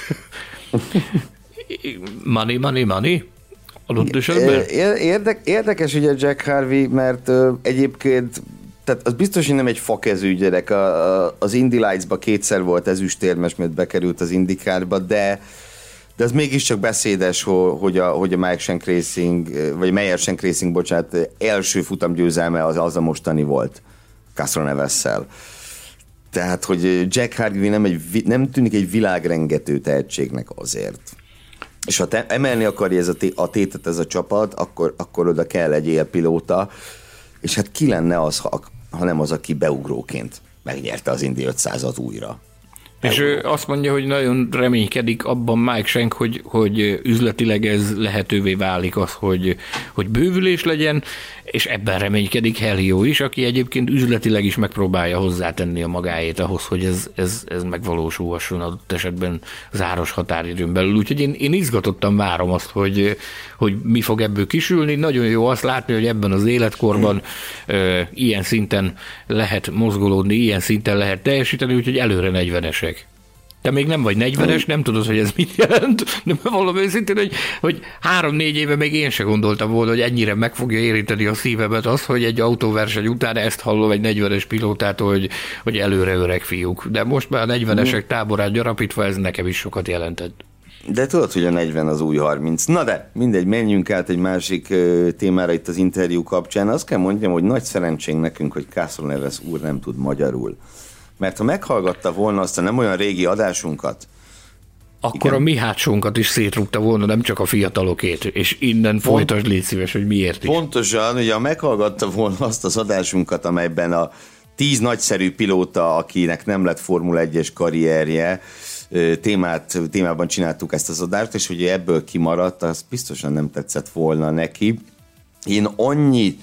money, money, money? Adott esetben? Érdek, érdekes ugye Jack Harvey, mert uh, egyébként tehát az biztos, hogy nem egy fakezű gyerek. A, a, az Indy Lights-ba kétszer volt ezüstérmes, mert bekerült az IndyCarba, de de ez mégiscsak beszédes, hogy a, hogy a Mike Schenk Racing, vagy Meyer Schenk Racing, bocsánat, első futamgyőzelme az, az a mostani volt, Castroneves-szel. Tehát, hogy Jack Harvey nem, egy, nem tűnik egy világrengető tehetségnek azért. És ha te emelni akarja ez a, té- a tétet ez a csapat, akkor, akkor oda kell egy élpilóta, és hát ki lenne az, ha, ha nem az, aki beugróként megnyerte az Indy ötszázat újra. És ő azt mondja, hogy nagyon reménykedik abban Mike Schenk, hogy, hogy üzletileg ez lehetővé válik az, hogy, hogy bővülés legyen, és ebben reménykedik Helio is, aki egyébként üzletileg is megpróbálja hozzátenni a magáét ahhoz, hogy ez, ez, ez megvalósulhasson adott esetben záros határidőn belül. Úgyhogy én, én izgatottan várom azt, hogy, hogy mi fog ebből kisülni. Nagyon jó azt látni, hogy ebben az életkorban ö, ilyen szinten lehet mozgolódni, ilyen szinten lehet teljesíteni, úgyhogy előre negyvenesek. Te még nem vagy negyvenes, nem tudod, hogy ez mit jelent, de valami őszintén, hogy, hogy három-négy éve még én se gondoltam volna, hogy ennyire meg fogja érinteni a szívemet az, hogy egy autóverseny után ezt hallom egy negyvenes pilótától, hogy, hogy előre öreg fiúk. De most már a negyvenesek táborát gyarapítva ez nekem is sokat jelentett. De tudod, hogy a negyven az új harminc. Na de, mindegy, menjünk át egy másik uh, témára itt az interjú kapcsán. Azt kell mondjam, hogy nagy szerencsénk nekünk, hogy Castroneves úr nem tud magyarul. Mert ha meghallgatta volna azt a nem olyan régi adásunkat, Akkor Igen. a mi hátsónkat is szétrúgta volna, nem csak a fiatalokét, és innen folytasd, légy szíves, hogy miért is. Pontosan, ugye meghallgatta volna azt az adásunkat, amelyben a tíz nagyszerű pilóta, akinek nem lett Formula egyes karrierje, témát, témában csináltuk ezt az adást, és hogy ebből kimaradt, az biztosan nem tetszett volna neki. Én annyi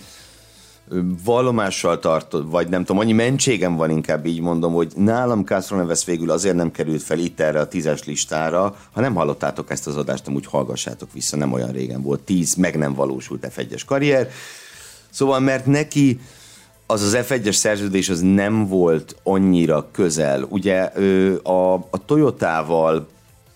vallomással tartott, vagy nem tudom, annyi mentségem van, inkább így mondom, hogy nálam Castroneves végül azért nem került fel itt erre a tízes listára. Ha nem hallottátok ezt az adást, amúgy hallgassátok vissza, nem olyan régen volt tíz, meg nem valósult ef egyes karrier. Szóval, mert neki az az ef egyes szerződés az nem volt annyira közel. Ugye a, a Toyotával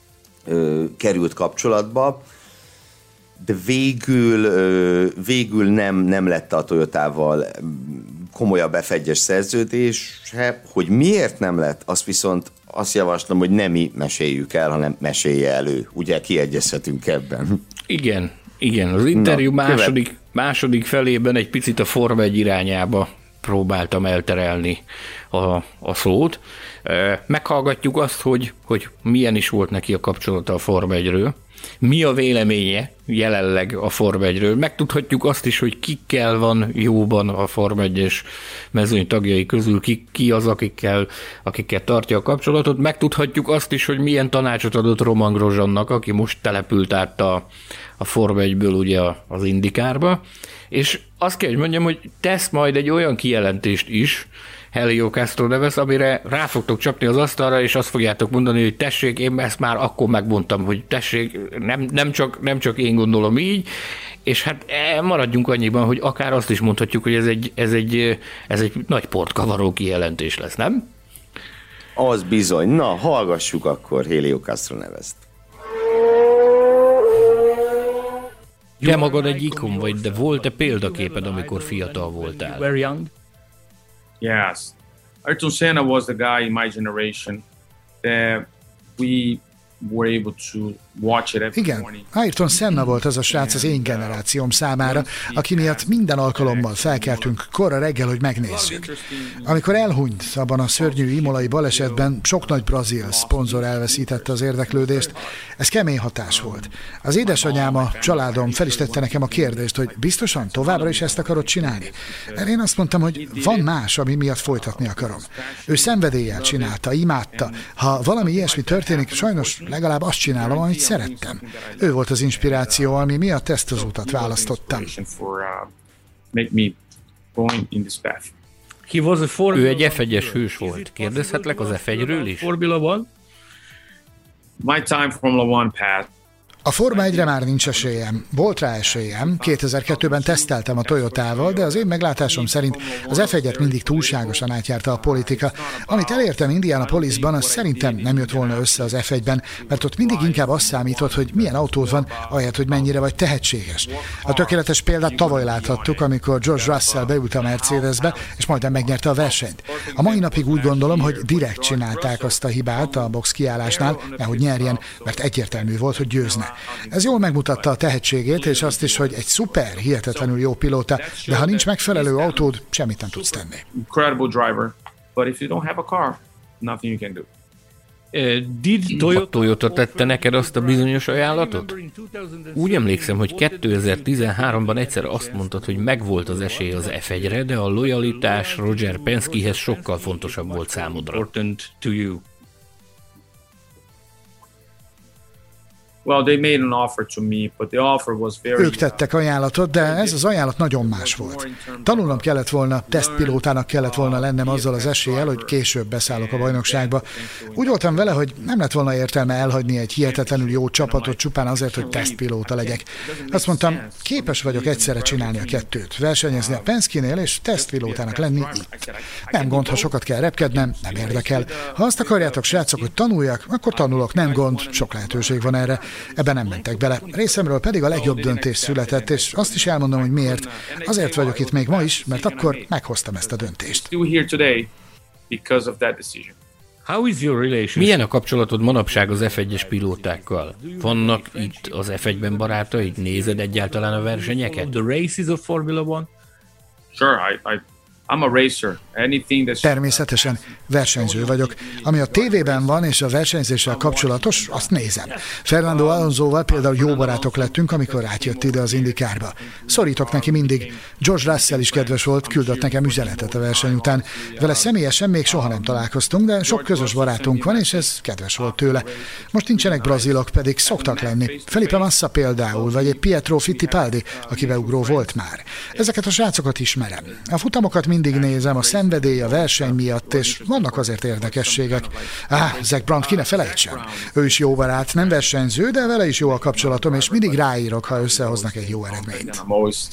került kapcsolatba, de végül, végül nem, nem lett a Toyotával komolyabb ef egyes szerződése. Hogy miért nem lett, azt viszont azt javaslom, hogy nem mi meséljük el, hanem mesélje elő. Ugye kiegyezhetünk ebben. Igen, igen. Az interjú Na, második, második felében egy picit a Forma egy irányába próbáltam elterelni a, a szót. Meghallgatjuk azt, hogy, hogy milyen is volt neki a kapcsolata a Forma egyről, mi a véleménye jelenleg a Forma egyről. Megtudhatjuk azt is, hogy kikkel van jóban a Forma egyes mezőny tagjai közül, ki, ki az, akikkel, akikkel tartja a kapcsolatot. Megtudhatjuk azt is, hogy milyen tanácsot adott Romain Grosjeannak, aki most települt át a, a Forma egyből ugye az Indikárba. És azt kell, hogy mondjam, hogy tesz majd egy olyan kijelentést is, Helio Castroneves, amire rá fogtok csapni az asztalra, és azt fogjátok mondani, hogy tessék, én ezt már akkor megmondtam, hogy tessék, nem, nem, csak, nem csak én gondolom így, és hát maradjunk annyiban, hogy akár azt is mondhatjuk, hogy ez egy, ez egy, ez egy nagy portkavaró kijelentés lesz, nem? Az bizony. Na, hallgassuk akkor Helio Castronevest. Te magad egy ikon vagy, de volt-e példaképed, amikor fiatal voltál? Yes. Ayrton Senna was the guy in my generation that we were able to watch it every Igen, morning. Ayrton Senna volt az a srác az én generációm számára, aki miatt minden alkalommal felkeltünk korra reggel, hogy megnézzük. Amikor elhunyt abban a szörnyű imolai balesetben, sok nagy brazil szponzor elveszítette az érdeklődést. Ez kemény hatás volt. Az édesanyám, a családom fel is tette nekem a kérdést, hogy biztosan továbbra is ezt akarod csinálni? Erre én azt mondtam, hogy van más, ami miatt folytatni akarom. Ő szenvedéllyel csinálta, imádta. Ha valami ilyesmi történik, sajnos legalább azt csinálom, amit szerettem. Ő volt az inspiráció, ami miatt ezt az utat választottam. Ő egy ef egyes hős volt. Kérdezhetlek az ef egyről is? My time Formula One path. A Forma egyre már nincs esélyem. Volt rá esélyem. kétezer-kettőben teszteltem a Toyotával, de az én meglátásom szerint az ef egyet mindig túlságosan átjárta a politika. Amit elértem Indianapolisban, az szerintem nem jött volna össze az ef egyben, mert ott mindig inkább azt számított, hogy milyen autód van, ahelyett, hogy mennyire vagy tehetséges. A tökéletes példát tavaly láthattuk, amikor George Russell beült a Mercedesbe, és majdnem megnyerte a versenyt. A mai napig úgy gondolom, hogy direkt csinálták azt a hibát a box kiállásnál, nehogy nyerjen, mert egyértelmű volt, hogy győzne. Ez jól megmutatta a tehetségét, és azt is, hogy egy szuper, hihetetlenül jó pilóta, de ha nincs megfelelő autód, semmit nem tudsz tenni. Incredible driver, but if you don't have a car, nothing you can do. A Toyota tette neked azt a bizonyos ajánlatot? Úgy emlékszem, hogy kétezer-tizenháromban egyszer azt mondtad, hogy megvolt az esély az ef egyre, de a lojalitás Roger Penskehez sokkal fontosabb volt számodra. Well, they made an offer to me, but the offer was very... Ők tettek ajánlatot, de ez az ajánlat nagyon más volt. Tanulnom kellett volna, tesztpilótának kellett volna lennem azzal az eséllyel, hogy később beszállok a bajnokságba. Úgy voltam vele, hogy nem lett volna értelme elhagyni egy hihetetlenül jó csapatot csupán azért, hogy tesztpilóta legyek. Azt mondtam, képes vagyok egyszerre csinálni a kettőt, versenyezni a Penske-nél és tesztpilótának lenni itt. Nem gond, ha sokat kell repkednem, nem érdekel. Ha azt akarjátok, srácok, hogy tanuljak, akkor tanulok, nem gond, sok lehetőség van erre. Ebben nem mentek bele. Részemről pedig a legjobb döntés született, és azt is elmondom, hogy miért. Azért vagyok itt még ma is, mert akkor meghoztam ezt a döntést. Milyen a kapcsolatod manapság az ef egyes pilótákkal? Vannak itt az ef egyben barátaid? Nézed egyáltalán a versenyeket? Sure, I, I, I'm a racer. Természetesen versenyző vagyok. Ami a tévében van és a versenyzéssel kapcsolatos, azt nézem. Fernando Alonsóval például jó barátok lettünk, amikor átjött ide az IndyCarba. Szorítok neki mindig. George Russell is kedves volt, küldött nekem üzenetet a verseny után. Vele személyesen még soha nem találkoztunk, de sok közös barátunk van, és ez kedves volt tőle. Most nincsenek brazilok, pedig szoktak lenni. Felipe Massa például, vagy egy Pietro Fittipaldi, aki beugró volt már. Ezeket a srácokat ismerem. A futamokat mindig nézem, a szenvedély, a verseny miatt, és vannak azért érdekességek. Ah, Zach Brown ki ne felejtsem. Ő is jó barát, nem versenyző, de vele is jó a kapcsolatom, és mindig ráírok, ha összehoznak egy jó eredményt.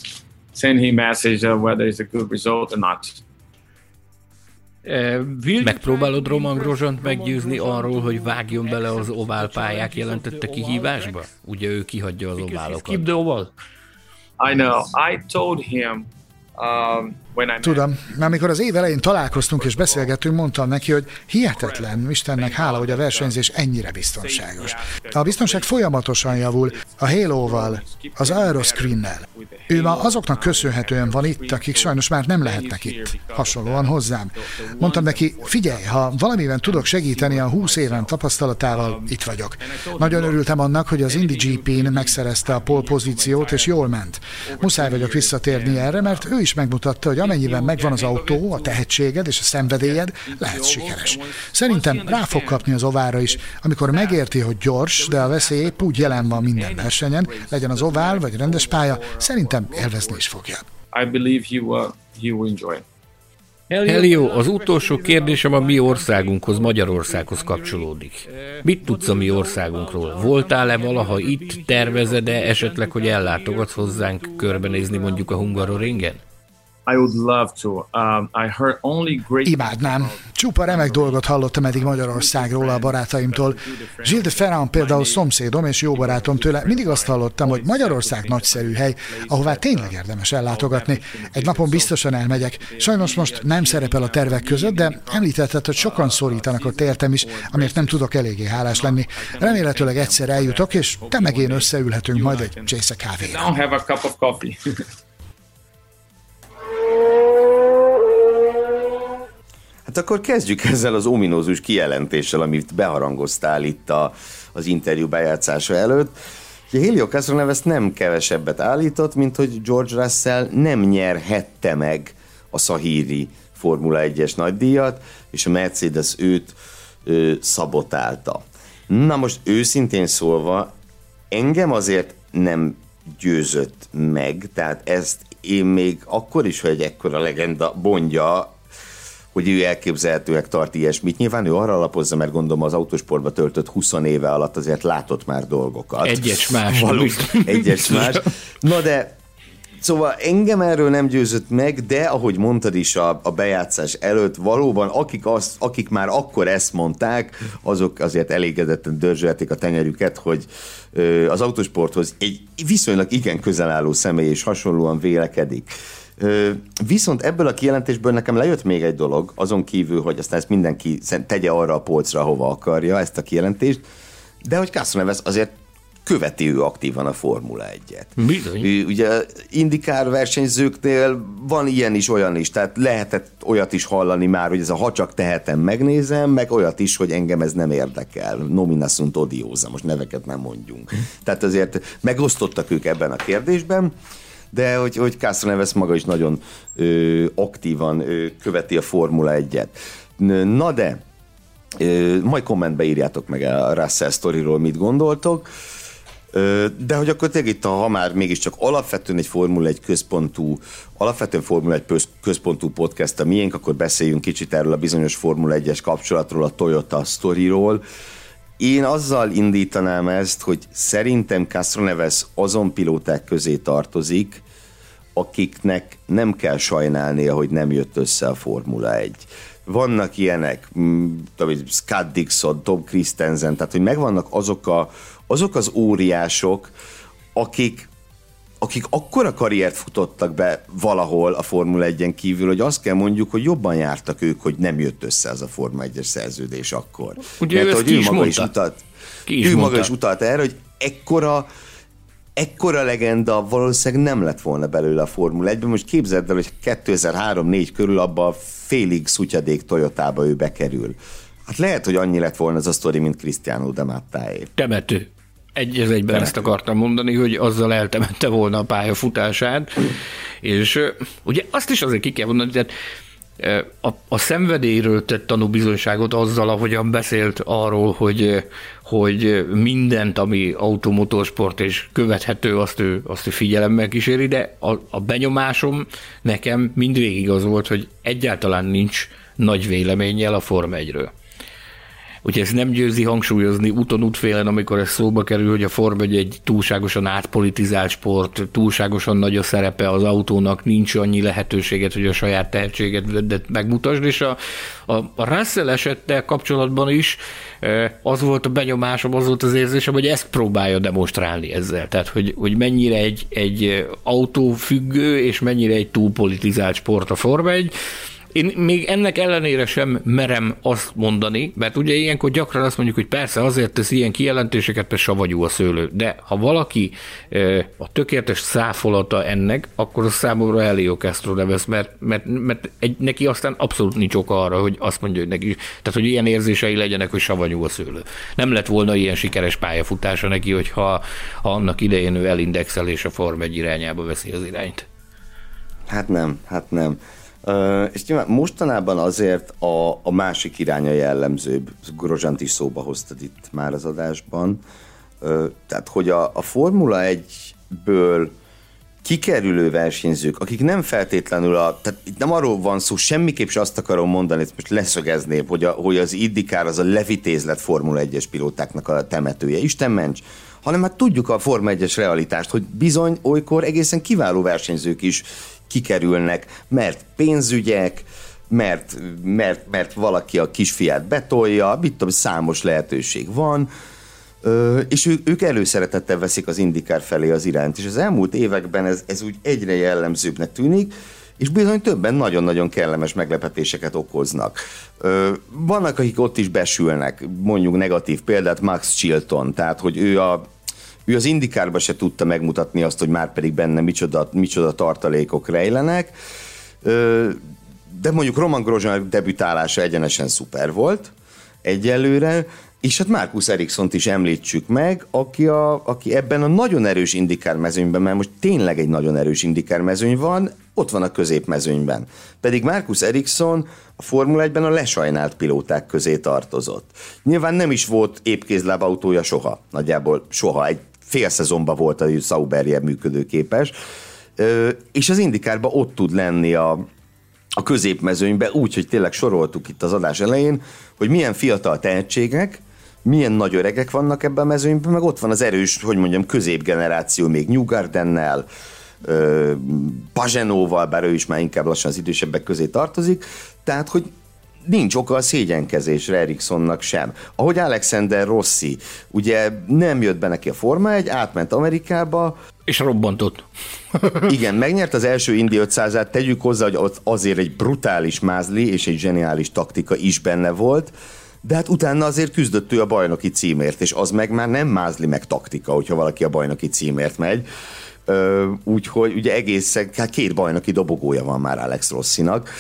Megpróbálod Romain Grosjeant meggyőzni arról, hogy vágjon bele az oválpályák jelentette kihívásba? Ugye ő kihagyja az oválokat. I know. I told him um, when I Tudom, amikor az év elején találkoztunk és beszélgettünk, mondtam neki, hogy hihetetlen, Istennek hála, hogy a versenyzés ennyire biztonságos. A biztonság folyamatosan javul, a Halo-val, az Aeroscreen-nel. Ő ma azoknak köszönhetően van itt, akik sajnos már nem lehetnek itt, hasonlóan hozzám. Mondtam neki, figyelj, ha valamiben tudok segíteni a húsz éven tapasztalatával, itt vagyok. Nagyon örültem annak, hogy az Indy gé pén megszerezte a pole pozíciót, és jól ment. Muszáj vagyok visszatérni erre, mert ő is megmutatta, hogy amennyiben megvan az autó, a tehetséged és a szenvedélyed, lehet sikeres. Szerintem rá fog kapni az ovára is, amikor megérti, hogy gyors, de a veszély épp úgy jelen van minden versenyen, legyen az ovál vagy rendes pálya, szerintem élvezni is fogja. I believe he will, he will enjoy. Helio, az utolsó kérdésem a mi országunkhoz, Magyarországhoz kapcsolódik. Mit tudsz a mi országunkról? Voltál-e valaha itt, tervezed-e esetleg, hogy ellátogatsz hozzánk körbenézni mondjuk a Hungaroringen? I would love to. Um, I heard only great... Imádnám. Csupa remek dolgot hallottam eddig Magyarországról a barátaimtól. Gilles de Ferrand például szomszédom és jó barátom tőle. Mindig azt hallottam, hogy Magyarország nagyszerű hely, ahová tényleg érdemes ellátogatni. Egy napon biztosan elmegyek. Sajnos most nem szerepel a tervek között, de említetted, hogy sokan szorítanak ott értem is, amiért nem tudok eléggé hálás lenni. Remélhetőleg egyszer eljutok, és te meg én összeülhetünk majd egy csésze kávéra. Now have a cup of coffee. Hát akkor kezdjük ezzel az ominózus kijelentéssel, amit beharangoztál itt a, az interjú bejátszása előtt. Helio Castroneves nem kevesebbet állított, mint hogy George Russell nem nyerhette meg a Szahíri Formula egyes nagydíjat, és a Mercedes őt ö, szabotálta. Na most őszintén szólva, engem azért nem győzött meg, tehát ezt én még akkor is, hogy egy ekkora legenda mondja, hogy ő elképzelhetőleg tart ilyesmit. Nyilván ő arra alapozza, mert gondolom az autósportba töltött húsz éve alatt azért látott már dolgokat. Egyes más. Egyes más. Na de, szóval engem erről nem győzött meg, de ahogy mondtad is a, a bejátszás előtt, valóban akik, azt, akik már akkor ezt mondták, azok azért elégedetten dörzsölték a tenyerüket, hogy ö, az autósporthoz egy viszonylag igen közel álló személy és hasonlóan vélekedik. Viszont ebből a kijelentésből nekem lejött még egy dolog, azon kívül, hogy aztán ezt mindenki tegye arra a polcra, hova akarja ezt a kijelentést, de hogy Castroneves azért követi ő aktívan a Formula egyet. Bizony. Ő, ugye IndyCar versenyzőknél van ilyen is, olyan is, tehát lehetett olyat is hallani már, hogy ez a ha csak tehetem, megnézem, meg olyat is, hogy engem ez nem érdekel. Nomina sunt odiosa, most neveket nem mondjunk. Tehát azért megosztottak ők ebben a kérdésben, de hogy, hogy Castroneves maga is nagyon ö, aktívan ö, követi a Formula egyet. Na de, ö, majd kommentbe írjátok meg a Russell sztoriról, mit gondoltok, ö, de hogy akkor tényleg itt, ha már mégiscsak alapvetően egy Formula egy központú, alapvetően Formula egy központú podcast a miénk, akkor beszéljünk kicsit erről a bizonyos Formula egyes kapcsolatról, a Toyota sztoriról. Én azzal indítanám ezt, hogy szerintem Castroneves azon pilóták közé tartozik, akiknek nem kell sajnálnia, hogy nem jött össze a Formula egy. Vannak ilyenek, Scott Dixon, Tom Christensen, tehát hogy megvannak azok, a, azok az óriások, akik, akik akkora karriert futottak be valahol a Formula egyen kívül, hogy azt kell mondjuk, hogy jobban jártak ők, hogy nem jött össze az a Formula egyes szerződés akkor. Ugye mert ő hogy ő maga is utalt, is ő mondta. maga is utalt erre, hogy ekkora ekkora legenda valószínűleg nem lett volna belőle a Formula egyben. Most képzeld el, hogy kétezer-három-négy körül abba a félig szutyadék Toyotába ő bekerül. Hát lehet, hogy annyi lett volna ez a sztori, mint Cristiano de Mattáé. Temető. Egy az egyben ezt akartam mondani, hogy azzal eltemette volna a pályafutását, és ugye azt is azért ki kell mondani, tehát a, a szenvedélyről tett tanúbizonyságot azzal, ahogyan beszélt arról, hogy, hogy mindent, ami automotorsport és követhető, azt ő, azt ő figyelemmel kíséri, de a, a benyomásom nekem mindvégig az volt, hogy egyáltalán nincs nagy véleménnyel a Forma egyről. Úgyhogy ez nem győzi hangsúlyozni úton útfélen, amikor ez szóba kerül, hogy a Forma egy, egy túlságosan átpolitizált sport, túlságosan nagy a szerepe az autónak, nincs annyi lehetőséget, hogy a saját tehetséget megmutasd, és a, a, a Russell esettel kapcsolatban is az volt a benyomásom, az volt az érzésem, hogy ezt próbálja demonstrálni ezzel. Tehát, hogy, hogy mennyire egy, egy autófüggő, és mennyire egy túlpolitizált sport a Forma egy. Én még ennek ellenére sem merem azt mondani, mert ugye ilyenkor gyakran azt mondjuk, hogy persze azért tesz ilyen kijelentéseket, mert savanyú a szőlő, de ha valaki a tökéletes száfolata ennek, akkor az számomra Helio Castro nevez, mert, mert, mert egy, neki aztán abszolút nincs oka arra, hogy azt mondja, hogy neki, tehát hogy ilyen érzései legyenek, hogy savanyú a szőlő. Nem lett volna ilyen sikeres pályafutása neki, hogyha ha annak idején ő elindexel és a Forma egy irányába veszi az irányt. Hát nem, hát nem. Uh, és nyilván mostanában azért a, a másik iránya jellemzőbb, Grosjeant is szóba hoztad itt már az adásban, uh, tehát hogy a, a Formula egyből kikerülő versenyzők, akik nem feltétlenül a, tehát itt nem arról van szó, semmiképp sem azt akarom mondani, ezt most leszögezném, hogy, a, hogy az IndyCar az a levitézlet Formula egyes pilótáknak a temetője, Isten ments, hanem hát tudjuk a Forma egyes realitást, hogy bizony olykor egészen kiváló versenyzők is kikerülnek, mert pénzügyek, mert, mert, mert valaki a kisfiát betolja, mit tudom, számos lehetőség van, és ő, ők előszeretettel veszik az IndyCar felé az irányt, és az elmúlt években ez, ez úgy egyre jellemzőbbnek tűnik, és bizony többen nagyon-nagyon kellemes meglepetéseket okoznak. Vannak, akik ott is besülnek, mondjuk negatív példát, Max Chilton, tehát hogy ő a Ő az IndyCarban se tudta megmutatni azt, hogy már pedig benne micsoda, micsoda tartalékok rejlenek, de mondjuk Romain Grosjean debütálása egyenesen szuper volt egyelőre, és hát Marcus Ericssont is említsük meg, aki, a, aki ebben a nagyon erős IndyCar mezőnyben, mert most tényleg egy nagyon erős IndyCar mezőny van, ott van a középmezőnyben. Pedig Marcus Ericsson a Formula egyben a lesajnált pilóták közé tartozott. Nyilván nem is volt épkézláb autója soha, nagyjából soha, egy fél szezonban volt a Sauberje működőképes, és az IndyCarban ott tud lenni a, a középmezőnybe, úgy, hogy tényleg soroltuk itt az adás elején, hogy milyen fiatal tehetségek, milyen nagy öregek vannak ebben a mezőnyben, meg ott van az erős, hogy mondjam, középgeneráció még Newgardennel, Pagenóval, bár ő is már inkább lassan az idősebbek közé tartozik, tehát, hogy nincs oka a szégyenkezésre Ericssonnak sem. Ahogy Alexander Rossi, ugye nem jött be neki a Forma egy, átment Amerikába, és robbantott. Igen, megnyert az első Indy ötszázat, tegyük hozzá, hogy ott azért egy brutális mázli és egy zseniális taktika is benne volt, de hát utána azért küzdött ő a bajnoki címért, és az meg már nem mázli meg taktika, hogyha valaki a bajnoki címért megy. Úgyhogy ugye egészen, hát két bajnoki dobogója van már Alex Rossinak.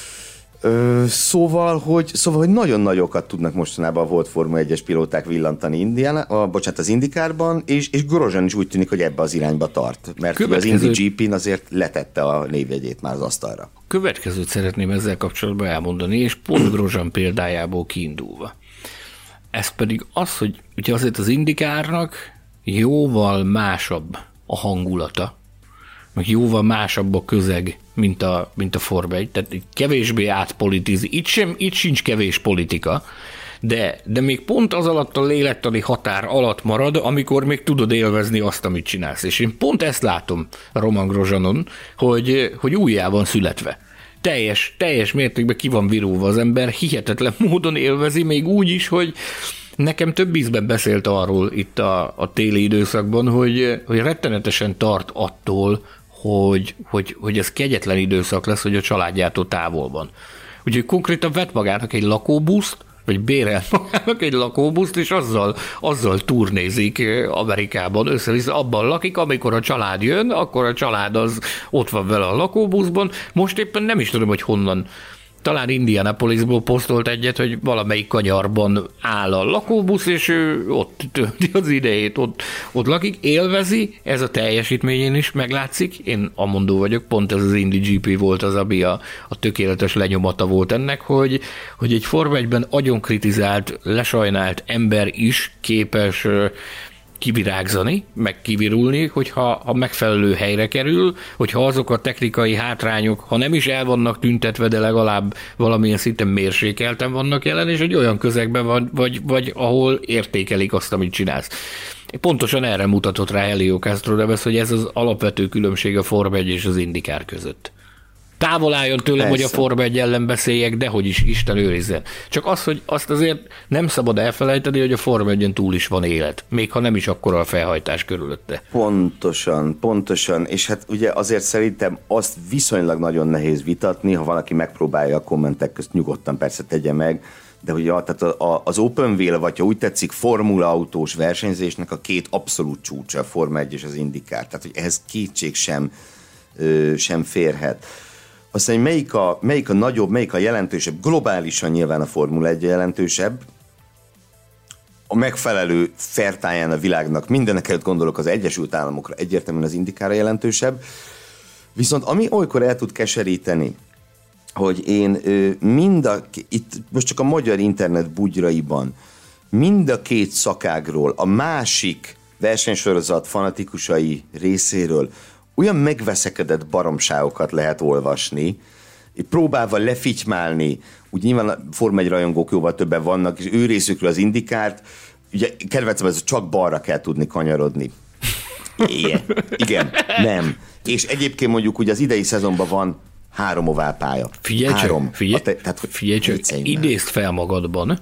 Ö, szóval, hogy, szóval, hogy nagyon nagyokat tudnak mostanában a volt Forma egyes pilóták villantani Indiana, a, bocsánat, az IndyCarban, és, és Grosjean is úgy tűnik, hogy ebbe az irányba tart. Mert Következő... az Indy gé pén azért letette a névjegyét már az asztalra. Következőt szeretném ezzel kapcsolatban elmondani, és pont Grosjean példájából kiindulva. Ez pedig az, hogy ugye azért az IndyCarnak jóval másabb a hangulata, meg jóval másabb a közeg, mint a, mint a Forma egy, tehát kevésbé átpolitiz. Itt, sem, itt sincs kevés politika, de, de még pont az alatt a lélektani határ alatt marad, amikor még tudod élvezni azt, amit csinálsz. És én pont ezt látom Romain Grosjeanon, hogy, hogy újjá van születve. Teljes, teljes mértékben ki van virulva az ember, hihetetlen módon élvezi, még úgy is, hogy nekem több ízben beszélt arról itt a, a téli időszakban, hogy, hogy rettenetesen tart attól, hogy, hogy, hogy ez kegyetlen időszak lesz, hogy a családjától távol van. Úgyhogy konkrétan vett magának egy lakóbuszt, vagy bérel magának egy lakóbuszt, és azzal, azzal turnézik Amerikában, össze-vissza abban lakik, amikor a család jön, akkor a család az ott van vele a lakóbuszban. Most éppen nem is tudom, hogy honnan. Talán Indianapolisból posztolt egyet, hogy valamelyik kanyarban áll a lakóbusz, és ő ott tölti az idejét, ott, ott lakik, élvezi, ez a teljesítményén is meglátszik. Én amondó vagyok, pont ez az Indy gé pé volt az, ami a, a tökéletes lenyomata volt ennek, hogy, hogy egy Forma egyben agyon kritizált, lesajnált ember is képes kivirágzani, meg kivirulni, hogyha ha megfelelő helyre kerül, hogyha azok a technikai hátrányok, ha nem is el vannak tüntetve, de legalább valamilyen szinten mérsékelten vannak jelen, és egy olyan közegben van, vagy, vagy ahol értékelik azt, amit csinálsz. Pontosan erre mutatott rá Helio Castroneves, hogy ez az alapvető különbség a Forma egy és az IndyCar között. Távol álljon tőlem, Persze. hogy a Forma egy ellen beszéljek, de hogy is Isten őrizzen. Csak az, hogy azt azért nem szabad elfelejteni, hogy a Forma egyen túl is van élet. Még ha nem is akkora a felhajtás körülötte. Pontosan, pontosan. És hát ugye azért szerintem azt viszonylag nagyon nehéz vitatni, ha valaki megpróbálja a kommentek közt, nyugodtan persze tegye meg, de hogy a, tehát a, a, az Open Wheel, vagy ha úgy tetszik, formula autós versenyzésnek a két abszolút csúcsa, a Forma egy és az IndyCar. Tehát, hogy ehhez kétség sem, ö, sem férhet. Aztán, hogy melyik a, melyik a nagyobb, melyik a jelentősebb, globálisan nyilván a Formula egy jelentősebb, a megfelelő fertáján a világnak, mindenekelőtt gondolok az Egyesült Államokra, egyértelműen az IndyCar jelentősebb, viszont ami olykor el tud keseríteni, hogy én mind a, itt most csak a magyar internet bugyraiban, mind a két szakágról, a másik versenysorozat fanatikusai részéről olyan megveszekedett baromságokat lehet olvasni, próbálva lefitymálni, úgy nyilván a Forma egy rajongók jóval többen vannak, és ő részükről az IndyCart, ugye kedvencem, ez csak balra kell tudni kanyarodni. Igen, igen, nem. És egyébként mondjuk ugye az idei szezonban van három oválpálya. Figyelj három. csak, figyelj, a te, tehát, figyelj csak, idézd fel magadban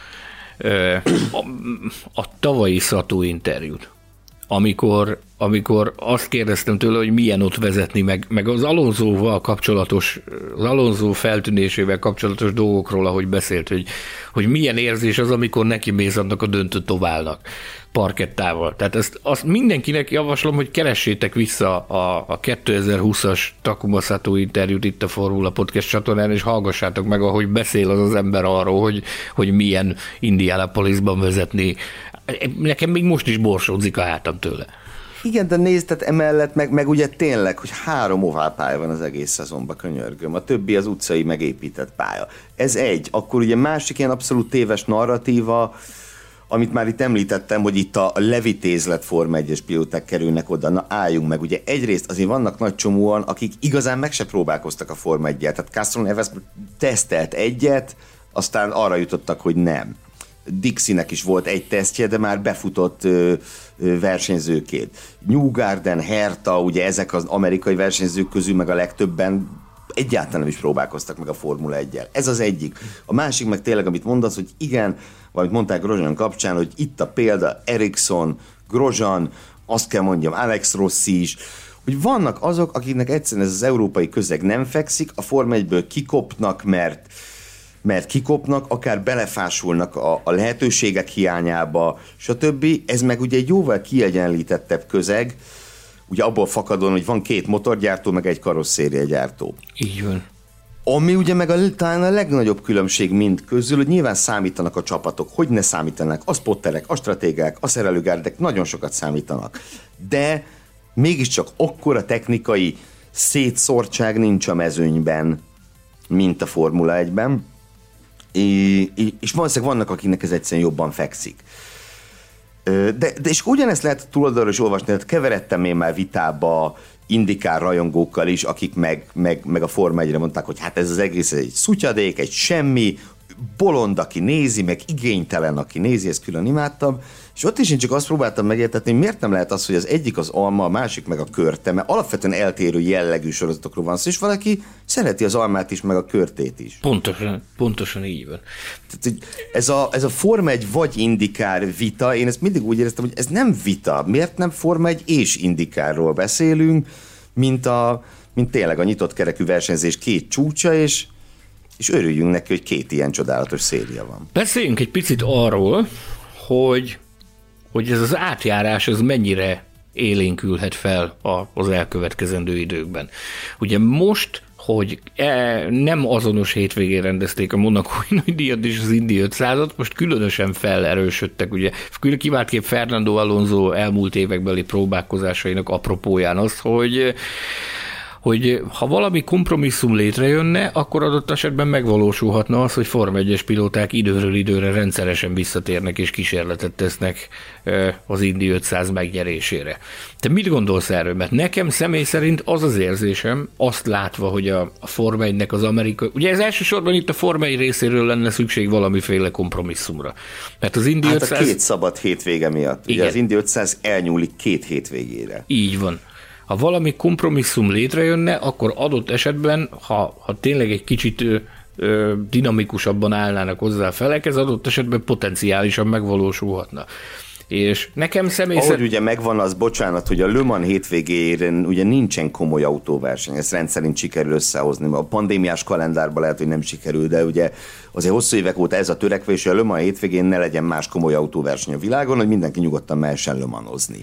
a, a tavalyi Szató interjút, amikor, amikor azt kérdeztem tőle, hogy milyen ott vezetni, meg, meg az Alonsoval kapcsolatos, az Alonso feltűnésével kapcsolatos dolgokról, ahogy beszélt, hogy, hogy milyen érzés az, amikor neki mész annak a döntő toválnak parkettával. Tehát ezt, azt mindenkinek javaslom, hogy keressétek vissza a, a kétezer-húszas Takuma Sato interjút itt a Formula Podcast csatornán, és hallgassátok meg, ahogy beszél az az ember arról, hogy, hogy milyen Indianapolisban vezetni. Nekem még most is borsódzik a hátam tőle. Igen, de nézd, tehát emellett meg, meg ugye tényleg, hogy három oválpálya van az egész szezonban, könyörgöm. A többi az utcai megépített pálya. Ez egy. Akkor ugye másik ilyen abszolút téves narratíva, amit már itt említettem, hogy itt a levitézlet Forma egyes pilóták kerülnek oda. Na álljunk meg. Ugye egyrészt azért vannak nagy csomóan, akik igazán meg se próbálkoztak a Forma egyel. Tehát Castroneves tesztelt egyet, aztán arra jutottak, hogy nem. Dixie-nek is volt egy tesztje, de már befutott ö, ö, versenyzőként. Newgarden, Herta, ugye ezek az amerikai versenyzők közül meg a legtöbben egyáltalán nem is próbálkoztak meg a Formula egyel. Ez az egyik. A másik meg tényleg, amit mondasz, hogy igen, valamit mondták Grosjean kapcsán, hogy itt a példa, Ericsson, Grosjean, azt kell mondjam, Alex Rossi is, hogy vannak azok, akiknek egyszerűen ez az európai közeg nem fekszik, a Forma egyből kikopnak, mert mert kikopnak, akár belefásulnak a, a lehetőségek hiányába, stb. Ez meg ugye egy jóval kiegyenlítettebb közeg, ugye abból fakadóan, hogy van két motorgyártó, meg egy karosszériagyártó. Így van. Ami ugye meg a, talán a legnagyobb különbség mind közül, hogy nyilván számítanak a csapatok, hogy ne számítanak, a spotterek, a stratégák, a szerelőgárdek, nagyon sokat számítanak. De mégiscsak akkora technikai szétszórtság nincs a mezőnyben, mint a Formula egyben. És valószínűleg vannak, akiknek ez egyszerűen jobban fekszik. De, de és ugyanezt lehet túloldalról is olvasni, tehát keveredtem én már vitába IndyCar rajongókkal is, akik meg, meg, meg a Forma egyre mondták, hogy hát ez az egész egy szutyadék, egy semmi, bolond, aki nézi, meg igénytelen, aki nézi, ezt külön imádtam, és ott is én csak azt próbáltam megértetni, hogy miért nem lehet az, hogy az egyik az alma, a másik meg a körte, mert alapvetően eltérő jellegű sorozatokról van szó, és valaki szereti az almát is, meg a körtét is. Pontosan, pontosan így van. Tehát, ez, a, ez a Forma egy vagy IndyCar vita, én ezt mindig úgy éreztem, hogy ez nem vita, miért nem Forma egy és IndyCarról beszélünk, mint, a, mint tényleg a nyitott kerekű versenyzés két csúcsa, és és örüljünk neki, hogy két ilyen csodálatos széria van. Beszéljünk egy picit arról, hogy, hogy ez az átjárás ez mennyire élénkülhet fel az elkövetkezendő időkben. Ugye most, hogy nem azonos hétvégén rendezték a monakói nagydíjat és az Indy ötszázat, most különösen felerősödtek, ugye kiváltképp Fernando Alonso elmúlt évekbeli próbálkozásainak apropóján az, hogy hogy ha valami kompromisszum létrejönne, akkor adott esetben megvalósulhatna az, hogy Forma egyes pilóták időről időre rendszeresen visszatérnek és kísérletet tesznek az Indy ötszáz megnyerésére. Te mit gondolsz erről? Mert nekem személy szerint az az érzésem, azt látva, hogy a, a Forma egynek az amerikai... Ugye ez elsősorban itt a Forma egy részéről lenne szükség valamiféle kompromisszumra. Mert az Indy hát ötszáz... a két szabad hétvége miatt. Ugye az Indy ötszáz elnyúlik két hétvégére. Így van. Ha valami kompromisszum létrejönne, akkor adott esetben, ha, ha tényleg egy kicsit ö, ö, dinamikusabban állnának hozzá a felek, ez adott esetben potenciálisan megvalósulhatna. És nekem személy Ahogy szerint... ugye megvan az, bocsánat, hogy a Le Mans hétvégén ugye nincsen komoly autóverseny, ezt rendszerint sikerül összehozni, a pandémiás kalendárban lehet, hogy nem sikerül, de ugye azért hosszú évek óta ez a törekvés, hogy a Le Mans hétvégén ne legyen más komoly autóverseny a világon, hogy mindenki nyugodtan mehessen Le Manozni.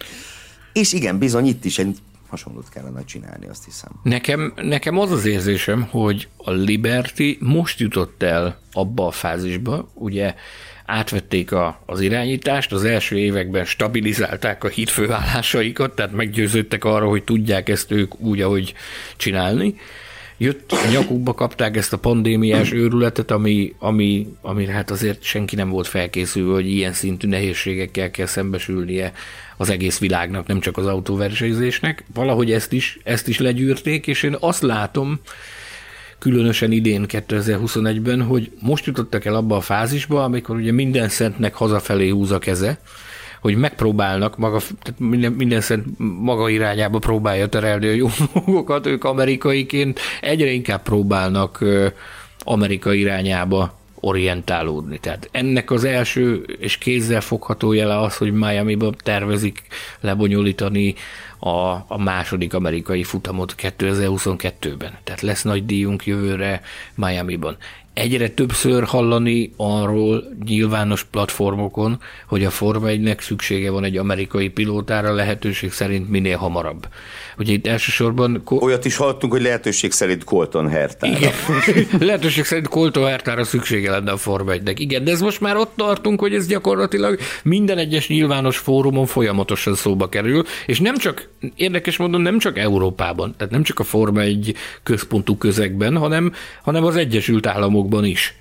És igen, bizony itt is egy hasonlót kellene csinálni, azt hiszem. Nekem, nekem az az érzésem, hogy a Liberty most jutott el abba a fázisba, ugye átvették a, az irányítást, az első években stabilizálták a hitfőállásaikat, tehát meggyőződtek arra, hogy tudják ezt ők úgy, ahogy csinálni. Jött, nyakukba kapták ezt a pandémiás őrületet, ami, ami, amire hát azért senki nem volt felkészülve, hogy ilyen szintű nehézségekkel kell szembesülnie az egész világnak, nem csak az autóversenyzésnek. Valahogy ezt is, ezt is legyűrték, és én azt látom, különösen idén kétezer-huszonegyben, hogy most jutottak el abba a fázisba, amikor ugye minden szentnek hazafelé húz a keze, hogy megpróbálnak, maga, tehát minden, minden szent maga irányába próbálja terelni a jó dolgokat, ők amerikaiként egyre inkább próbálnak Amerika irányába orientálódni. Tehát ennek az első és kézzel fogható jele az, hogy Miamiban tervezik lebonyolítani a, a második amerikai futamot kétezer-huszonkettőben. Tehát lesz nagy díjunk jövőre Miamiban. Egyre többször hallani arról nyilvános platformokon, hogy a Forma egynek szüksége van egy amerikai pilótára, lehetőség szerint minél hamarabb. Ugye itt elsősorban... Olyat is hallottunk, hogy lehetőség szerint Colton Hertára. Igen, lehetőség szerint Colton Hertára szüksége lenne a Forma egynek. Igen, de ez most már ott tartunk, hogy ez gyakorlatilag minden egyes nyilvános fórumon folyamatosan szóba kerül, és nem csak, érdekes módon nem csak Európában, tehát nem csak a Forma egy központú közegben, hanem, hanem az Egyesült Államokban is.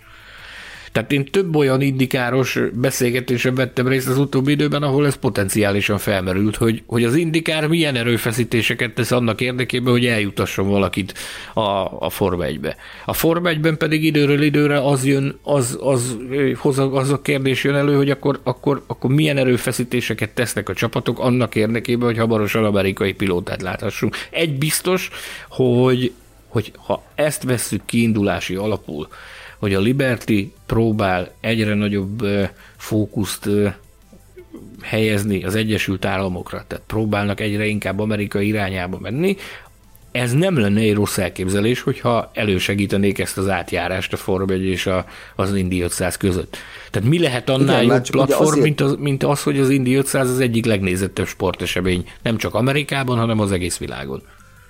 Tehát én több olyan indikáros beszélgetésen vettem részt az utóbbi időben, ahol ez potenciálisan felmerült, hogy, hogy az indikár milyen erőfeszítéseket tesz annak érdekében, hogy eljutasson valakit a, a Forma egybe. A Forma egyben pedig időről időre az jön, az, az, az, az a kérdés jön elő, hogy akkor, akkor, akkor milyen erőfeszítéseket tesznek a csapatok annak érdekében, hogy hamarosan amerikai pilótát láthassunk. Egy biztos, hogy, hogy ha ezt vesszük kiindulási alapul, hogy a Liberty próbál egyre nagyobb fókuszt helyezni az Egyesült Államokra, tehát próbálnak egyre inkább Amerika irányába menni, ez nem lenne egy rossz elképzelés, hogyha elősegítenék ezt az átjárást a Forma egy és a, az Indy ötszáz között. Tehát mi lehet annál Igen, jobb platform, azért... mint, az, mint az, hogy az Indy ötszáz az egyik legnézettebb sportesemény, nem csak Amerikában, hanem az egész világon.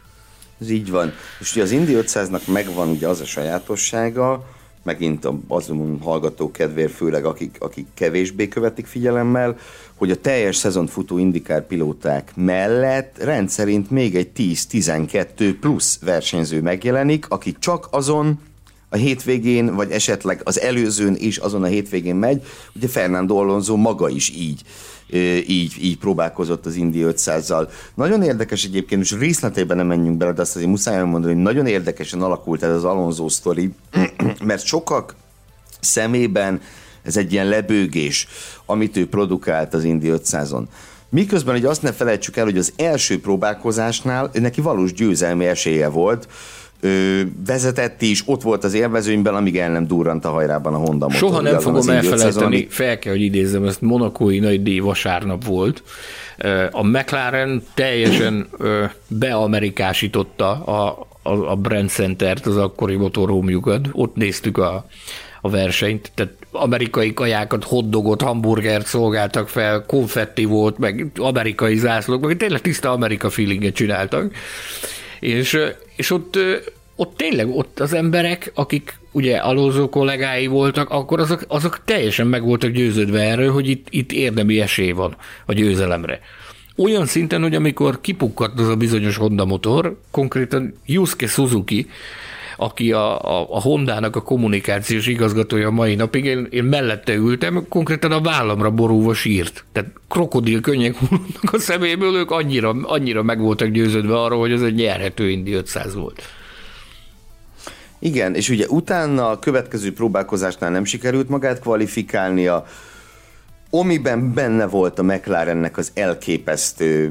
Ez így van. És ugye az Indy ötszáznak megvan ugye az a sajátossága, megint azon hallgatók kedvéért, főleg akik, akik kevésbé követik figyelemmel, hogy a teljes szezont futó indikár pilóták mellett rendszerint még egy tíz-tizenkettő plusz versenyző megjelenik, aki csak azon a hétvégén, vagy esetleg az előzőn is azon a hétvégén megy. Ugye Fernando Alonso maga is így, így, így próbálkozott az Indy ötszázzal. Nagyon érdekes egyébként, és részletében nem menjünk bele, de azt azért muszáj elmondani, hogy nagyon érdekesen alakult ez az Alonso sztori, mert sokak szemében ez egy ilyen lebőgés, amit ő produkált az Indy ötszázon. Miközben hogy azt ne felejtsük el, hogy az első próbálkozásnál neki valós győzelmi esélye volt, ö, vezetett is, ott volt az élvezőnyben, amíg el nem durrant a hajrában a Honda motor. Soha nem fogom elfelejteni, fel kell, hogy idézzem, ezt monakói nagy díj vasárnap volt. A McLaren teljesen beamerikásította a, a, a Brand Centert, az akkori motorhómjukat. Ott néztük a, a versenyt, tehát amerikai kajákat, hotdogot, hamburgert szolgáltak fel, konfetti volt, meg amerikai zászlók, meg tényleg tiszta Amerika feelinget csináltak. És, és ott, ott tényleg ott az emberek, akik ugye Alonso kollégái voltak, akkor azok, azok teljesen meg voltak győződve erről, hogy itt, itt érdemi esély van a győzelemre. Olyan szinten, hogy amikor kipukkadt az a bizonyos Honda motor, konkrétan Yusuke Suzuki, aki a, a, a Hondának a kommunikációs igazgatója a mai napig, én, én mellette ültem, konkrétan a vállamra borulva sírt. Tehát krokodil könnyek hullottak a szeméből, ők annyira, annyira meg voltak győződve arról, hogy ez egy nyerhető Indy ötszáz volt. Igen, és ugye utána a következő próbálkozásnál nem sikerült magát kvalifikálnia, amiben benne volt a McLarennek az elképesztő,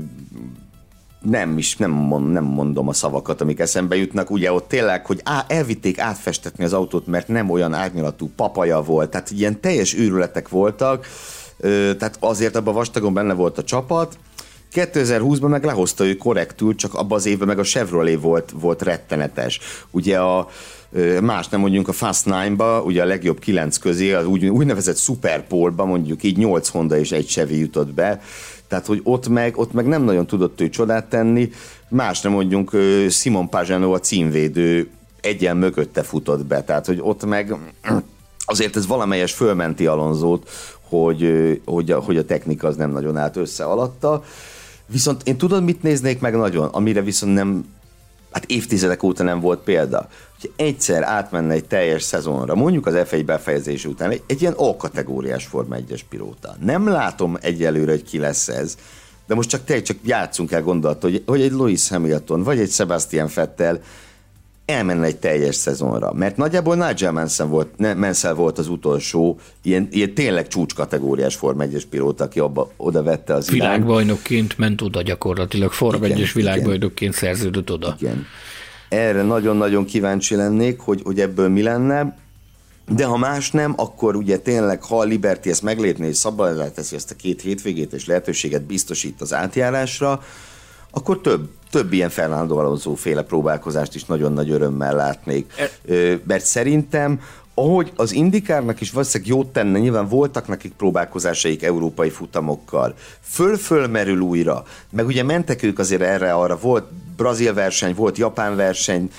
nem is, nem, mond, nem mondom a szavakat, amik eszembe jutnak, ugye ott tényleg, hogy á, elvitték átfestetni az autót, mert nem olyan árnyalatú papaja volt, tehát ilyen teljes őrületek voltak, tehát azért abban vastagon benne volt a csapat. kétezer-húszban meg lehozta ő korrektül, csak abban az évben meg a Chevrolet volt, volt rettenetes. Ugye a más nem mondjunk a Fast Nine-ba, ugye a legjobb kilenc közé, az úgy, úgynevezett Super Pole-ba mondjuk így nyolc Honda és egy Chevy jutott be, tehát hogy ott meg, ott meg nem nagyon tudott ő csodát tenni, más nem mondjunk Simon Pagenaud a címvédő egyen mögötte futott be, tehát hogy ott meg azért ez valamelyes fölmenti Alonsót, hogy, hogy, a, hogy a technika az nem nagyon állt össze alatta. Viszont én tudod, mit néznék meg nagyon, amire viszont nem, hát évtizedek óta nem volt példa. Hogy egyszer átmenne egy teljes szezonra, mondjuk az ef egy befejezés után, egy, egy ilyen A-kategóriás Forma egyes pilóta. Nem látom egyelőre, hogy ki lesz ez, de most csak tényleg csak játszunk el gondolattal, hogy, hogy egy Lewis Hamilton, vagy egy Sebastian Vettel elmenne egy teljes szezonra. Mert nagyjából Nigel Mansell volt, Mansell volt az utolsó, ilyen, ilyen tényleg csúcskategóriás Forma egyes pilóta, aki abba, oda vette az irány. Világbajnokként ment oda gyakorlatilag, Forma egyes világbajnokként szerződött oda. Igen. Erre nagyon-nagyon kíváncsi lennék, hogy, hogy ebből mi lenne, de ha más nem, akkor ugye tényleg, ha a Liberty ezt meglépné, és szabadra teszi ezt a két hétvégét, és lehetőséget biztosít az átjárásra, akkor több, több ilyen Fernando Alonso féle próbálkozást is nagyon nagy örömmel látnék. E- Mert szerintem, ahogy az IndyCarnak is valószínűleg jót tenne, nyilván voltak nekik próbálkozásaik európai futamokkal, föl-fölmerül újra, meg ugye mentek ők azért erre-arra, volt brazil verseny, volt japán verseny,